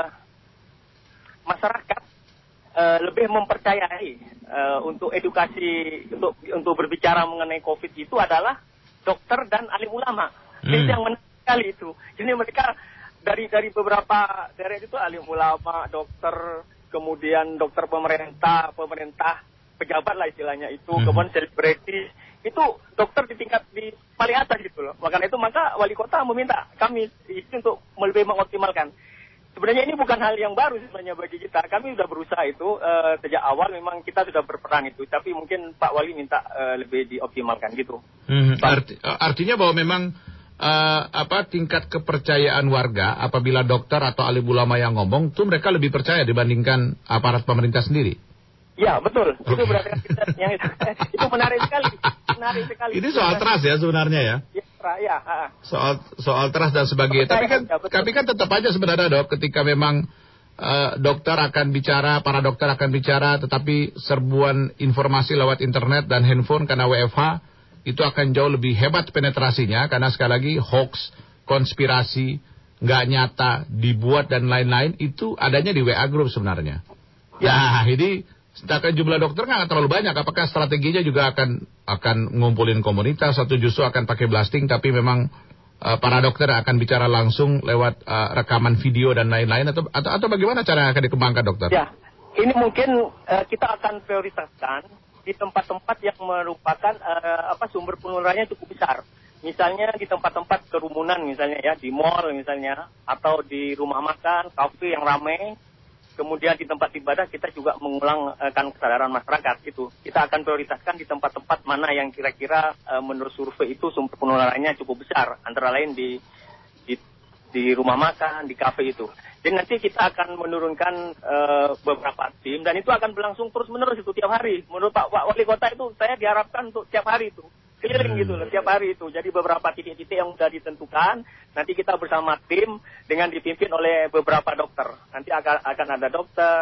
masyarakat Uh, lebih mempercayai uh, untuk edukasi untuk untuk berbicara mengenai COVID itu adalah dokter dan alim ulama. Hmm. Jadi yang menarik sekali itu. Jadi mereka dari dari beberapa daerah itu alim ulama, dokter, kemudian dokter pemerintah, pemerintah pejabat lah istilahnya itu, hmm. kemudian selebriti itu dokter di tingkat di paling atas gitu loh. Maka itu maka wali kota meminta kami untuk lebih mengoptimalkan. Sebenarnya ini bukan hal yang baru sebenarnya bagi kita. Kami sudah berusaha itu uh, sejak awal, memang kita sudah berperan itu. Tapi mungkin Pak Wali minta uh, lebih dioptimalkan gitu. Hmm,
arti, artinya bahwa memang uh, apa tingkat kepercayaan warga apabila dokter atau alim ulama yang ngomong, itu mereka lebih percaya dibandingkan aparat pemerintah sendiri.
Ya betul. Okay. Itu berarti yang itu, itu menarik sekali. Menarik sekali.
Ini soal trust ya sebenarnya ya.
Ya. Ya,
soal soal trust dan sebagainya. Tapi kan, ya, tapi kan tetap aja sebenarnya dok, ketika memang uh, dokter akan bicara, para dokter akan bicara, tetapi serbuan informasi lewat internet dan handphone karena W F H itu akan jauh lebih hebat penetrasinya karena sekali lagi hoax, konspirasi, nggak nyata, dibuat dan lain-lain itu adanya di W A group sebenarnya. Ya, nah, ini sedangkan jumlah dokter nggak terlalu banyak. Apakah strateginya juga akan akan ngumpulin komunitas atau justru akan pakai blasting? Tapi memang uh, para dokter akan bicara langsung lewat uh, rekaman video dan lain-lain atau atau, atau bagaimana cara akan dikembangkan dokter?
Ya, ini mungkin uh, kita akan prioritaskan di tempat-tempat yang merupakan uh, apa sumber penularannya cukup besar. Misalnya di tempat-tempat kerumunan misalnya ya, di mall misalnya, atau di rumah makan, kafe yang ramai. Kemudian di tempat ibadah kita juga mengulangkan kesadaran masyarakat itu. Kita akan prioritaskan di tempat-tempat mana yang kira-kira uh, menurut survei itu sumber penularannya cukup besar. Antara lain di di, di rumah makan, di kafe itu. Dan nanti kita akan menurunkan uh, beberapa tim dan itu akan berlangsung terus-menerus itu tiap hari. Menurut Pak Wali Kota itu saya diharapkan untuk tiap hari itu. Keliling gitu loh, tiap hari itu. Jadi beberapa titik-titik yang sudah ditentukan, nanti kita bersama tim dengan dipimpin oleh beberapa dokter. Nanti akan akan ada dokter,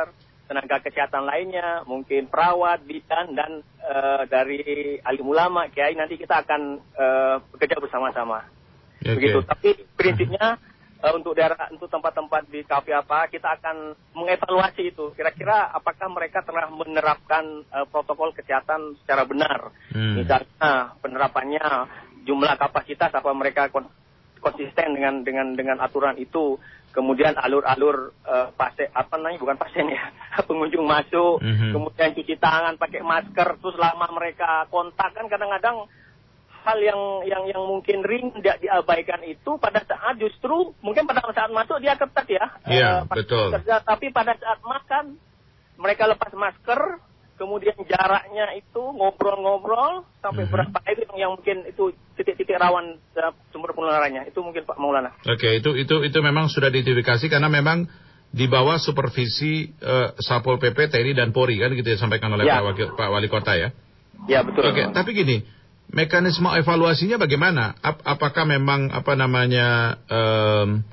tenaga kesehatan lainnya, mungkin perawat, bidan, dan uh, dari alim ulama, kiai, nanti kita akan uh, bekerja bersama-sama. Okay. Begitu. Tapi prinsipnya uh, untuk daerah, untuk tempat-tempat di kafe apa, kita akan mengevaluasi itu. Kira-kira apakah mereka telah menerapkan uh, protokol kesehatan secara benar. Hmm. Misalnya penerapannya, jumlah kapasitas, apa mereka konsisten dengan dengan dengan aturan itu. Kemudian alur-alur uh, pasien, apa namanya, bukan pasien ya, pengunjung masuk, mm-hmm. kemudian cuci tangan, pakai masker, terus lama mereka kontak, kan kadang-kadang hal yang yang yang mungkin ring tidak diabaikan itu pada saat justru mungkin pada saat masuk dia ketat ya,
yeah,
uh,
betul.
Kerja, tapi pada saat makan mereka lepas masker, kemudian jaraknya itu ngobrol-ngobrol sampai mm-hmm. berapa itu yang mungkin itu titik-titik rawan uh, sumber penularannya, itu mungkin Pak Maulana.
Oke, okay, itu itu itu memang sudah diidentifikasi karena memang di bawah supervisi uh, Satpol P P, T N I dan Polri kan gitu ya, disampaikan oleh ya. Pak, Wakil, Pak Wali Kota ya.
Ya betul.
Oke, okay, tapi gini, mekanisme evaluasinya bagaimana? Ap- apakah memang apa namanya um,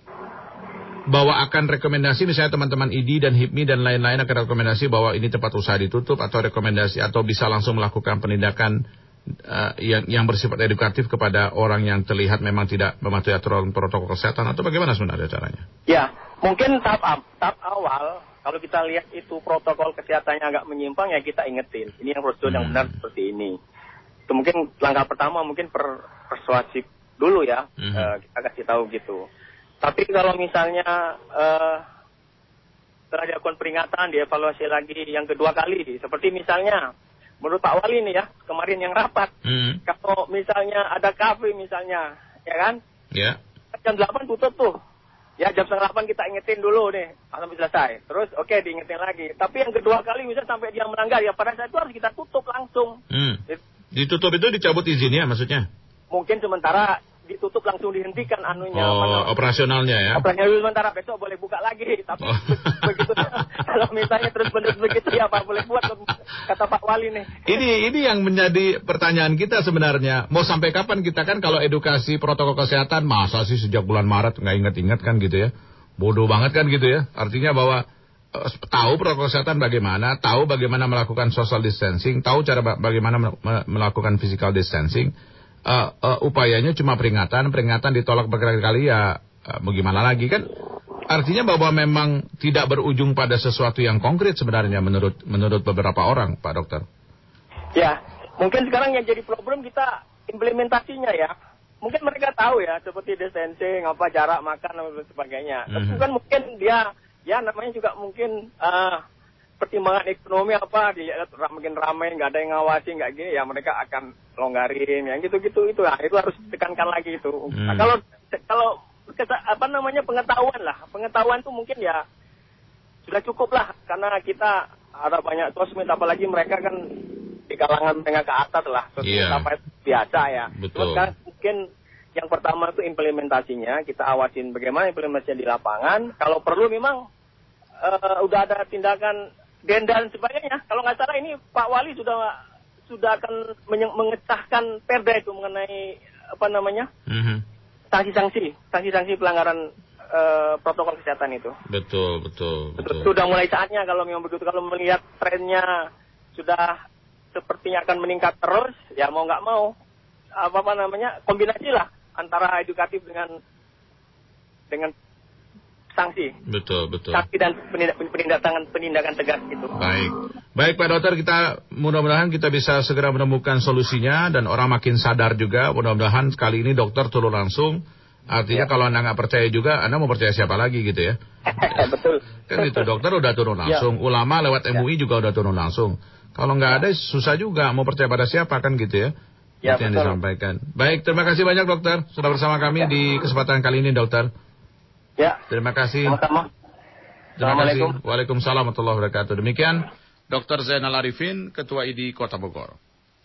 bahwa akan rekomendasi misalnya teman-teman I D I dan H I P M I dan lain-lain akan rekomendasi bahwa ini tempat usaha ditutup, atau rekomendasi atau bisa langsung melakukan penindakan uh, yang yang bersifat edukatif kepada orang yang terlihat memang tidak mematuhi aturan protokol kesehatan, atau bagaimana sebenarnya caranya?
Ya, mungkin tahap tahap awal kalau kita lihat itu protokol kesehatannya agak menyimpang, ya kita ingetin ini yang prosedur hmm. yang benar seperti ini. Itu mungkin langkah pertama, mungkin per, persuasif dulu ya, hmm. uh, kita kasih tahu gitu. Tapi kalau misalnya uh, setelah dilakukan peringatan, dievaluasi lagi yang kedua kali, seperti misalnya menurut Pak Wali nih ya, kemarin yang rapat, hmm. kalau misalnya ada kafe misalnya, ya kan,
yeah.
jam delapan tutup tuh, ya jam setengah delapan kita ingetin dulu nih, sampai selesai, terus oke okay, diingetin lagi. Tapi yang kedua kali misalnya sampai dia melanggar, ya pada saat itu harus kita tutup langsung.
Hmm. Ditutup itu dicabut izinnya maksudnya?
Mungkin sementara ditutup langsung dihentikan anunya.
Oh, mana, operasionalnya ya?
Operasional sementara, besok boleh buka lagi. Tapi oh. begitu, kalau misalnya terus-menerus begitu ya apa boleh buat, kata Pak Wali nih.
Ini ini yang menjadi pertanyaan kita sebenarnya. Mau sampai kapan kita kan kalau edukasi protokol kesehatan, masa sih sejak bulan Maret nggak ingat-ingat kan gitu ya? Bodoh banget kan gitu ya? Artinya bahwa uh, tahu protokol kesehatan bagaimana, tahu bagaimana melakukan social distancing, tahu cara ba- bagaimana me- melakukan physical distancing. Uh, uh, upayanya cuma peringatan, peringatan ditolak berkali-kali ya uh, bagaimana lagi kan? Artinya bahwa memang tidak berujung pada sesuatu yang konkret sebenarnya menurut menurut beberapa orang, Pak Dokter.
Ya, mungkin sekarang yang jadi problem kita implementasinya ya. Mungkin mereka tahu ya seperti distancing, apa jarak makan dan sebagainya. Mm-hmm. Tapi kan mungkin dia ya namanya juga mungkin uh, pertimbangan ekonomi apa, dia makin ramai, nggak ada yang ngawasi, nggak gini, ya mereka akan longgarin, yang gitu-gitu itu lah, itu harus ditekankan lagi itu. Hmm. Nah, kalau kalau apa namanya pengetahuan lah, pengetahuan itu mungkin ya sudah cukup lah, karena kita ada banyak sosmed, apalagi mereka kan di kalangan menengah ke atas lah, sosmed yeah. sampai biasa ya.
Betul.
Terus mungkin yang pertama itu implementasinya, kita awasin bagaimana implementasinya di lapangan. Kalau perlu memang uh, udah ada tindakan denda dan sebagainya. Kalau nggak salah ini Pak Wali sudah sudah akan menye- mengesahkan perda itu mengenai apa namanya mm-hmm. sanksi-sanksi, sanksi-sanksi pelanggaran uh, protokol kesehatan itu.
Betul, betul, betul.
Sudah mulai saatnya kalau memang begitu. Kalau melihat trennya sudah sepertinya akan meningkat terus, ya mau nggak mau apa apa namanya kombinasi lah antara edukatif dengan dengan sanksi.
Betul, betul.
Sanksi dan penindakan penindakan tegas itu.
Baik. Baik Pak Dokter, kita mudah-mudahan kita bisa segera menemukan solusinya dan orang makin sadar juga. Mudah-mudahan kali ini dokter turun langsung. Artinya ya. Kalau Anda nggak percaya juga, Anda mau percaya siapa lagi gitu ya?
Betul.
Kan itu dokter udah turun langsung. Ya. Ulama lewat M U I ya. Juga udah turun langsung. Kalau nggak ya. Ada susah juga mau percaya pada siapa kan gitu ya? Ya, itu yang disampaikan. Baik, terima kasih banyak dokter sudah bersama kami ya. Di kesempatan kali ini dokter.
Ya.
Terima kasih.
Sama-sama.
Terima kasih. Waalaikumsalam warahmatullahi wabarakatuh. Demikian Dokter Zainal Arifin, Ketua I D I Kota Bogor.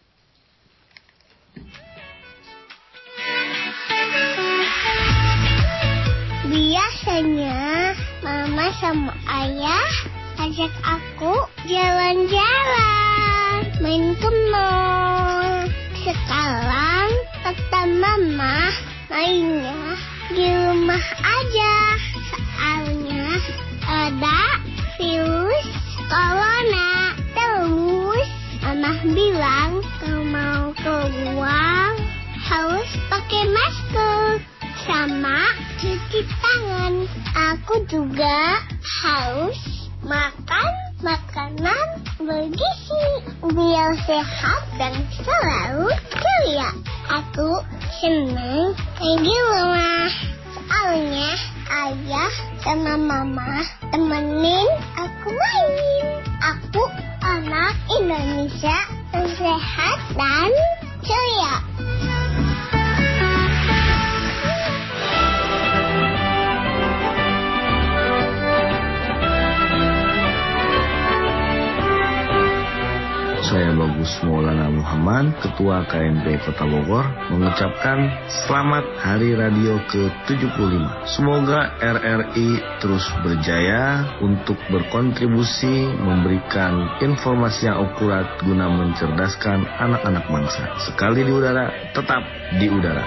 Biasanya Mama sama Ayah ajak aku jalan-jalan, main ke mall. Sekarang kata Mama mainnya di rumah aja, soalnya ada virus corona. Terus mama bilang kalau mau keluar harus pakai masker sama cuci tangan. Aku juga harus makan makanan bergizi biar sehat dan selalu ceria. Aku senang kayak di rumah. Soalnya ayah sama mama temenin aku main. Aku anak Indonesia yang sehat dan ceria.
Saya Bagus Maulana Muhammad, Ketua K M P Kota Bogor, mengucapkan selamat Hari Radio ke tujuh puluh lima. Semoga R R I terus berjaya untuk berkontribusi memberikan informasi yang akurat guna mencerdaskan anak-anak bangsa. Sekali di udara, tetap di udara.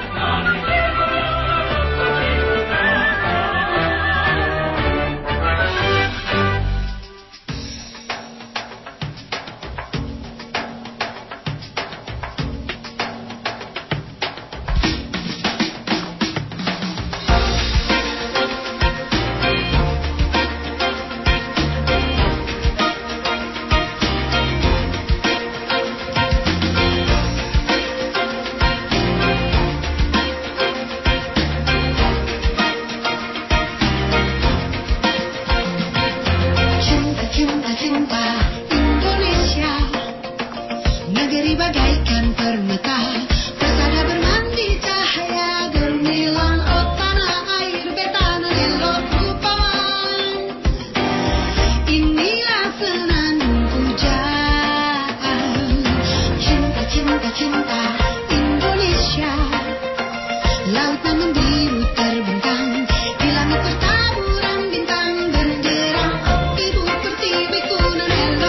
Ibu pertiwi kuno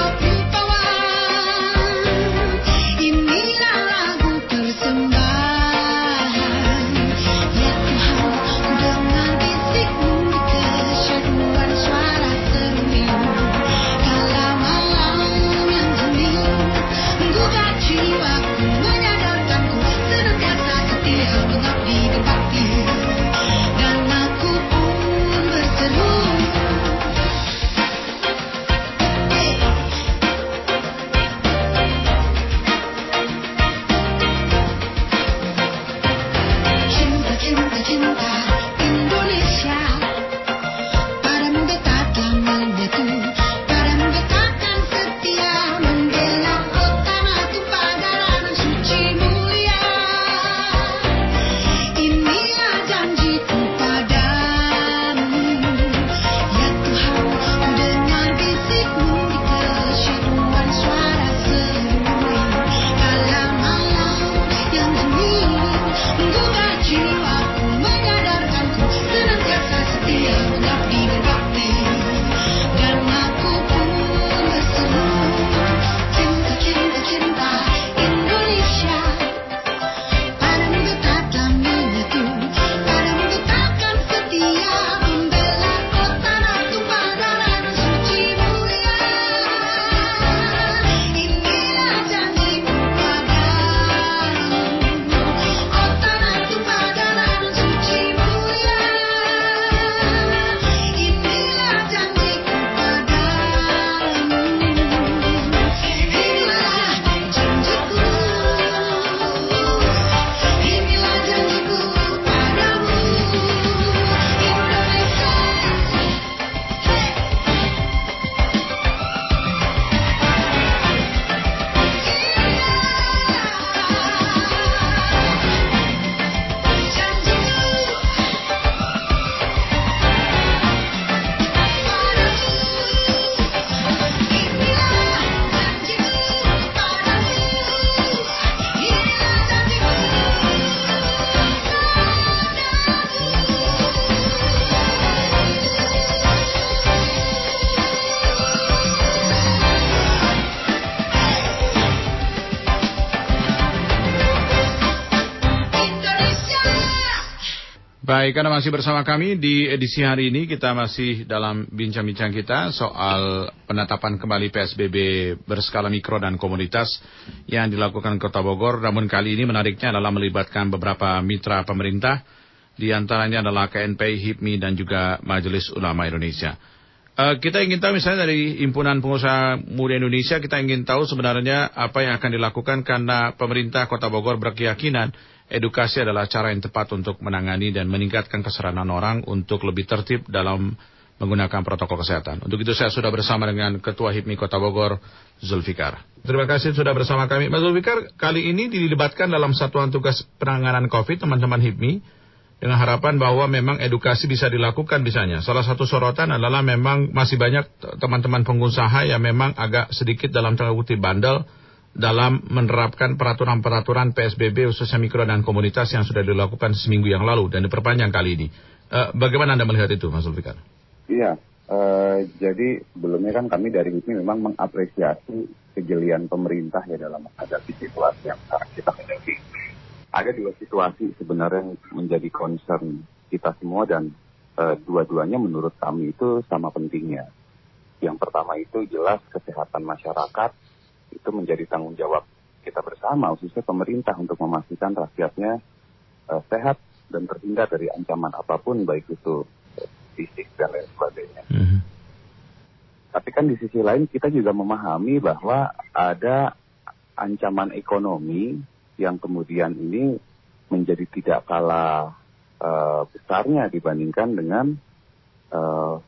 Baik, karena masih bersama kami di edisi hari ini, kita masih dalam bincang-bincang kita soal penetapan kembali P S B B berskala mikro dan komunitas yang dilakukan Kota Bogor. Namun kali ini menariknya adalah melibatkan beberapa mitra pemerintah, di antaranya adalah K N P I, HIPMI, dan juga Majelis Ulama Indonesia. Uh, kita ingin tahu misalnya dari Himpunan Pengusaha Muda Indonesia, kita ingin tahu sebenarnya apa yang akan dilakukan karena pemerintah Kota Bogor berkeyakinan edukasi adalah cara yang tepat untuk menangani dan meningkatkan kesadaran orang untuk lebih tertib dalam menggunakan protokol kesehatan. Untuk itu saya sudah bersama dengan Ketua HIPMI Kota Bogor, Zulfikar. Terima kasih sudah bersama kami. Mas Zulfikar, kali ini dilibatkan dalam Satuan Tugas Penanganan COVID teman-teman HIPMI dengan harapan bahwa memang edukasi bisa dilakukan misalnya. Salah satu sorotan adalah memang masih banyak teman-teman pengusaha yang memang agak sedikit dalam tanda kutip bandel dalam menerapkan peraturan-peraturan P S B B khususnya mikro dan komunitas yang sudah dilakukan seminggu yang lalu dan diperpanjang kali ini. Uh, bagaimana Anda melihat itu, Mas Zulfikar?
Iya, uh, jadi sebelumnya kan kami dari HIPMI memang mengapresiasi kejelian pemerintah ya dalam menghadapi situasi yang sekarang kita hadapi. Ada dua situasi sebenarnya yang menjadi concern kita semua dan uh, dua-duanya menurut kami itu sama pentingnya. Yang pertama itu jelas kesehatan masyarakat, itu menjadi tanggung jawab kita bersama, khususnya pemerintah untuk memastikan rakyatnya uh, sehat dan terhindar dari ancaman apapun, baik itu fisik dan lain sebagainya. Mm-hmm. Tapi kan di sisi lain kita juga memahami bahwa ada ancaman ekonomi yang kemudian ini menjadi tidak kalah uh, besarnya dibandingkan dengan uh,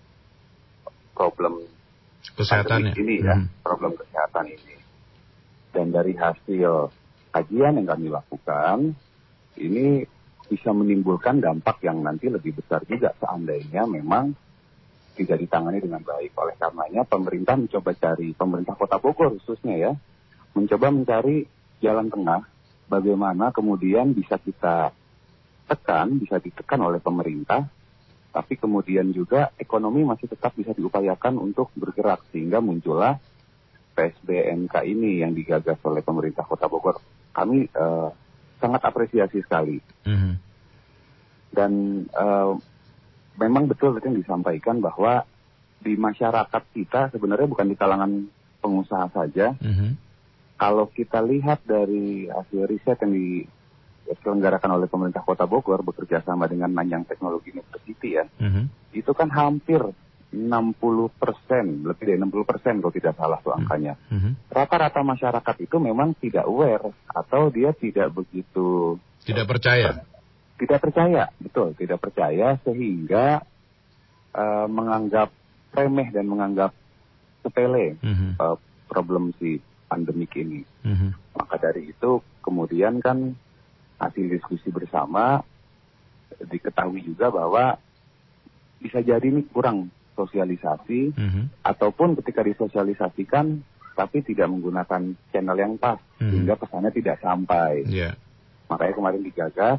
problem kesehatan ini ya, hmm. problem kesehatan ini. Dan dari hasil kajian yang kami lakukan, ini bisa menimbulkan dampak yang nanti lebih besar juga seandainya memang tidak ditangani dengan baik. Oleh karenanya pemerintah mencoba cari, pemerintah Kota Bogor khususnya ya, mencoba mencari jalan tengah bagaimana kemudian bisa kita tekan, bisa ditekan oleh pemerintah, tapi kemudian juga ekonomi masih tetap bisa diupayakan untuk bergerak sehingga muncullah P S B M K ini yang digagas oleh pemerintah Kota Bogor. Kami uh, sangat apresiasi sekali. Mm-hmm. Dan uh, memang betul yang disampaikan bahwa di masyarakat kita sebenarnya bukan di kalangan pengusaha saja. Mm-hmm. Kalau kita lihat dari hasil riset yang di diselenggarakan oleh pemerintah Kota Bogor bekerja sama dengan Nanyang Technology University ya, mm-hmm. itu kan hampir enam puluh persen, lebih dari enam puluh persen kalau tidak salah tuh angkanya. Mm-hmm. Rata-rata masyarakat itu memang tidak aware atau dia tidak begitu
tidak percaya.
Tidak percaya, betul, tidak percaya sehingga uh, menganggap remeh dan menganggap sepele mm-hmm. uh, problem si pandemik ini. Mm-hmm. Maka dari itu kemudian kan hasil diskusi bersama diketahui juga bahwa bisa jadi ini kurang sosialisasi mm-hmm. ataupun ketika disosialisasikan tapi tidak menggunakan channel yang pas mm-hmm. sehingga pesannya tidak sampai. Yeah. Makanya kemarin digagas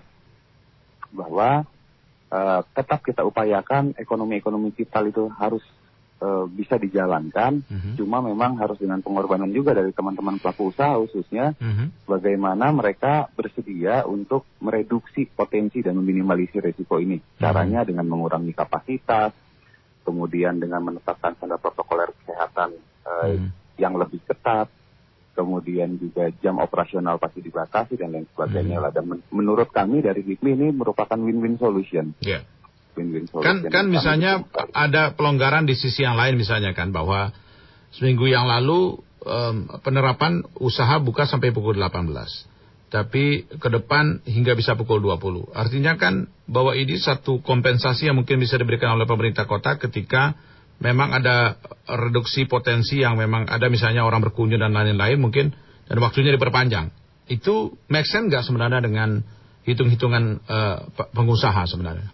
bahwa uh, tetap kita upayakan ekonomi-ekonomi digital itu harus uh, bisa dijalankan, mm-hmm. cuma memang harus dengan pengorbanan juga dari teman-teman pelaku usaha khususnya, mm-hmm. bagaimana mereka bersedia untuk mereduksi potensi dan meminimalisir risiko ini. Mm-hmm. Caranya dengan mengurangi kapasitas, kemudian dengan menetapkan standar protokoler kesehatan uh, mm-hmm. yang lebih ketat, kemudian juga jam operasional pasti dibatasi dan lain sebagainya lah. Dan men- menurut kami dari HIPMI ini merupakan win-win solution. Yeah. Win-win solution. Kan,
kan misalnya ada pelonggaran di sisi yang lain misalnya kan bahwa seminggu yang lalu um, penerapan usaha buka sampai pukul delapan belas. Tapi ke depan hingga bisa pukul dua puluh. Artinya kan bahwa ini satu kompensasi yang mungkin bisa diberikan oleh pemerintah kota ketika memang ada reduksi potensi yang memang ada misalnya orang berkunjung dan lain-lain mungkin dan waktunya diperpanjang. Itu make sense nggak sebenarnya dengan hitung-hitungan uh, pengusaha sebenarnya?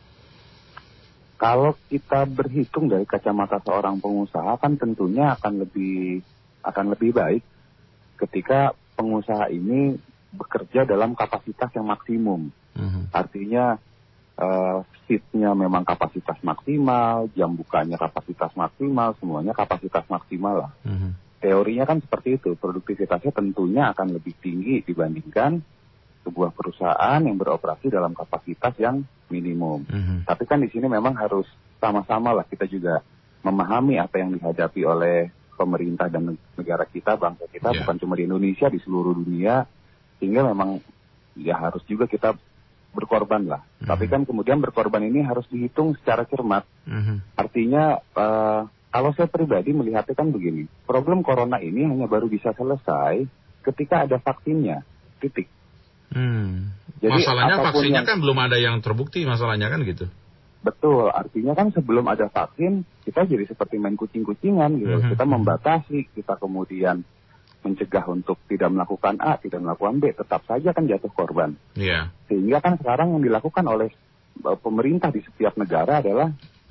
Kalau kita berhitung dari kacamata seorang pengusaha kan tentunya akan lebih akan lebih baik ketika pengusaha ini bekerja dalam kapasitas yang maksimum. Mm-hmm. Artinya Uh, seatnya memang kapasitas maksimal, jam bukanya kapasitas maksimal, semuanya kapasitas maksimal lah. Mm-hmm. Teorinya kan seperti itu, produktivitasnya tentunya akan lebih tinggi dibandingkan sebuah perusahaan yang beroperasi dalam kapasitas yang minimum. Mm-hmm. Tapi kan di sini memang harus sama-sama lah kita juga memahami apa yang dihadapi oleh pemerintah dan negara kita, bangsa kita, yeah. bukan cuma di Indonesia, di seluruh dunia, sehingga memang ya harus juga kita berkorban lah. Mm-hmm. Tapi kan kemudian berkorban ini harus dihitung secara cermat. Mm-hmm. Artinya uh, kalau saya pribadi melihatnya kan begini, problem corona ini hanya baru bisa selesai ketika ada vaksinnya, titik.
Hmm. Jadi masalahnya vaksinnya yang, kan belum ada yang terbukti, masalahnya kan gitu.
Betul, artinya kan sebelum ada vaksin, kita jadi seperti main kucing-kucingan gitu. Mm-hmm. Kita membatasi, kita kemudian mencegah untuk tidak melakukan A, tidak melakukan B, tetap saja kan jatuh korban.
Yeah.
Sehingga kan sekarang yang dilakukan oleh pemerintah di setiap negara adalah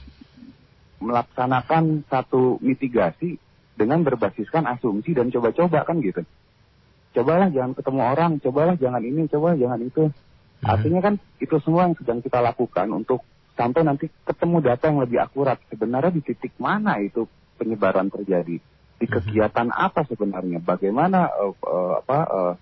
melaksanakan satu mitigasi dengan berbasiskan asumsi dan coba-coba kan gitu. Cobalah jangan ketemu orang, cobalah jangan ini, cobalah jangan itu. Mm-hmm. Artinya kan itu semua yang sedang kita lakukan untuk sampai nanti ketemu data yang lebih akurat. Sebenarnya di titik mana itu penyebaran terjadi? Di kegiatan apa sebenarnya? Bagaimana uh, uh, apa uh,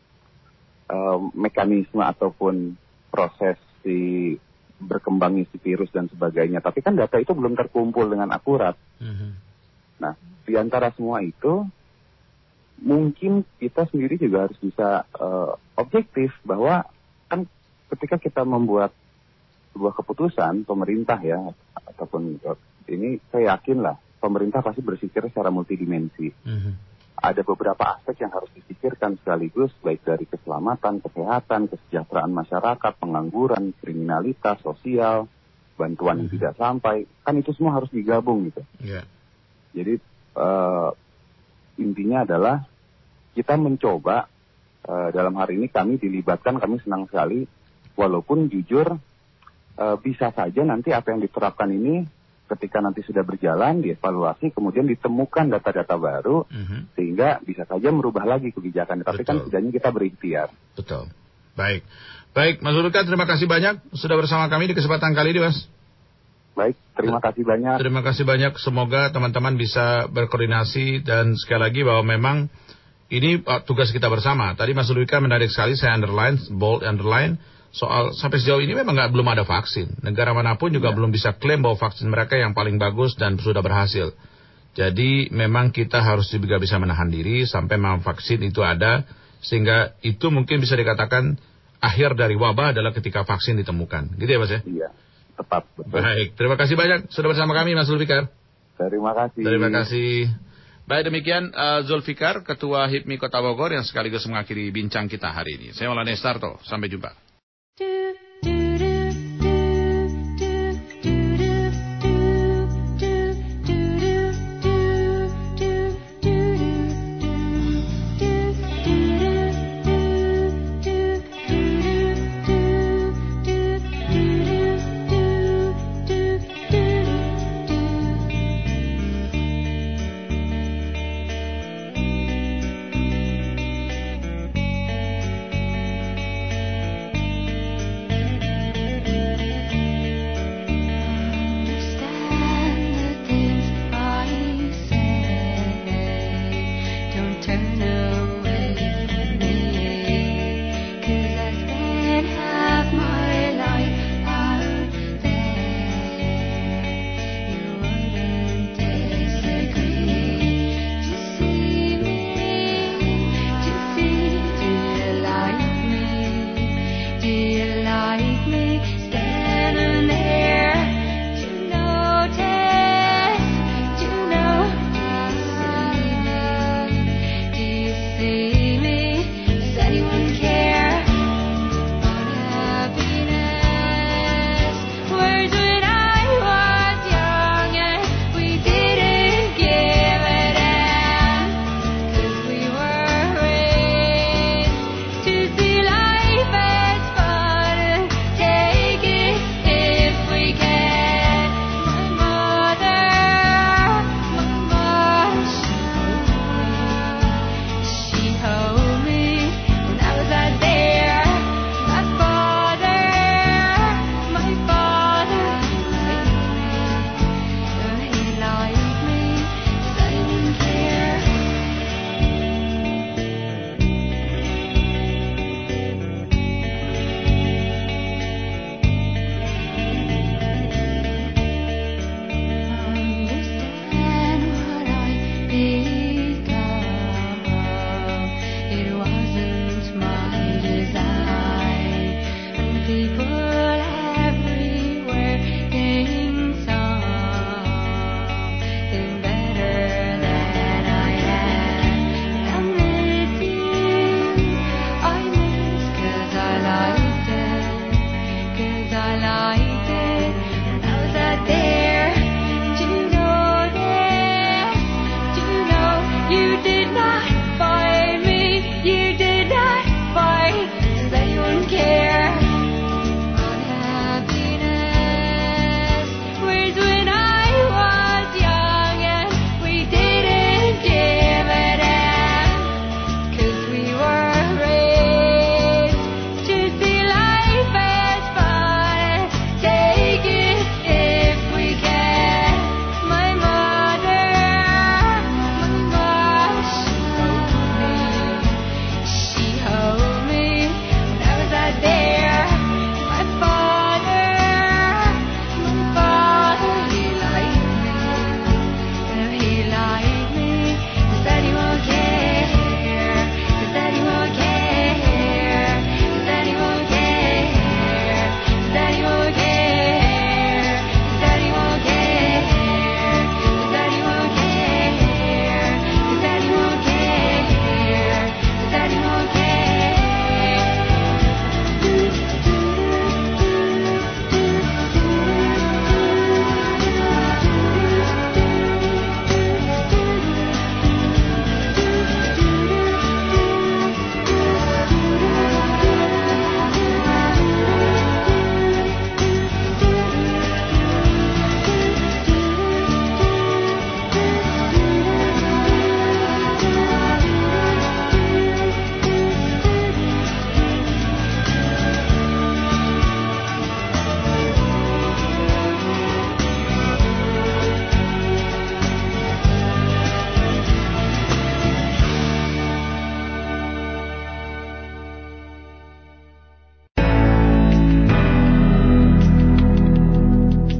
uh, mekanisme ataupun proses si berkembangnya si virus dan sebagainya. Tapi kan data itu belum terkumpul dengan akurat. Mm-hmm. Nah, di antara semua itu, mungkin kita sendiri juga harus bisa uh, objektif bahwa kan ketika kita membuat sebuah keputusan pemerintah ya ataupun ini saya yakin lah pemerintah pasti berpikir secara multidimensi. Mm-hmm. Ada beberapa aspek yang harus dipikirkan sekaligus baik dari keselamatan, kesehatan, kesejahteraan masyarakat, pengangguran, kriminalitas, sosial, bantuan mm-hmm. yang tidak sampai, kan itu semua harus digabung gitu. Yeah. Jadi uh, intinya adalah kita mencoba uh, dalam hari ini kami dilibatkan, kami senang sekali walaupun jujur Uh, bisa saja nanti apa yang diterapkan ini ketika nanti sudah berjalan, dievaluasi, kemudian ditemukan data-data baru, mm-hmm. sehingga bisa saja merubah lagi kebijakannya. Tapi Betul. Kan setidaknya kita berikhtiar.
Betul. Baik. Baik, Mas Zulfikar, terima kasih banyak sudah bersama kami di kesempatan kali ini, Mas.
Baik, terima kasih banyak.
Terima kasih banyak. Semoga teman-teman bisa berkoordinasi dan sekali lagi bahwa memang ini uh, tugas kita bersama. Tadi Mas Zulfikar menarik sekali, saya underline, bold underline. Soal sampai sejauh ini memang nggak belum ada vaksin. Negara manapun juga ya. belum bisa klaim bahwa vaksin mereka yang paling bagus dan sudah berhasil. Jadi memang kita harus juga bisa menahan diri sampai memang vaksin itu ada. Sehingga itu mungkin bisa dikatakan akhir dari wabah adalah ketika vaksin ditemukan. Gitu ya Mas ya?
Iya, tepat. Betul.
Baik, terima kasih banyak sudah bersama kami Mas Zulfikar.
Terima kasih.
Terima kasih. Baik, demikian uh, Zulfikar, Ketua H I P M I Kota Bogor yang sekaligus mengakhiri bincang kita hari ini. Saya Maulana Estarto, sampai jumpa.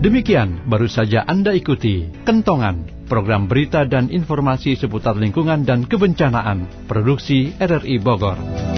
Demikian baru saja Anda ikuti Kentongan, program berita dan informasi seputar lingkungan dan kebencanaan, produksi R R I Bogor.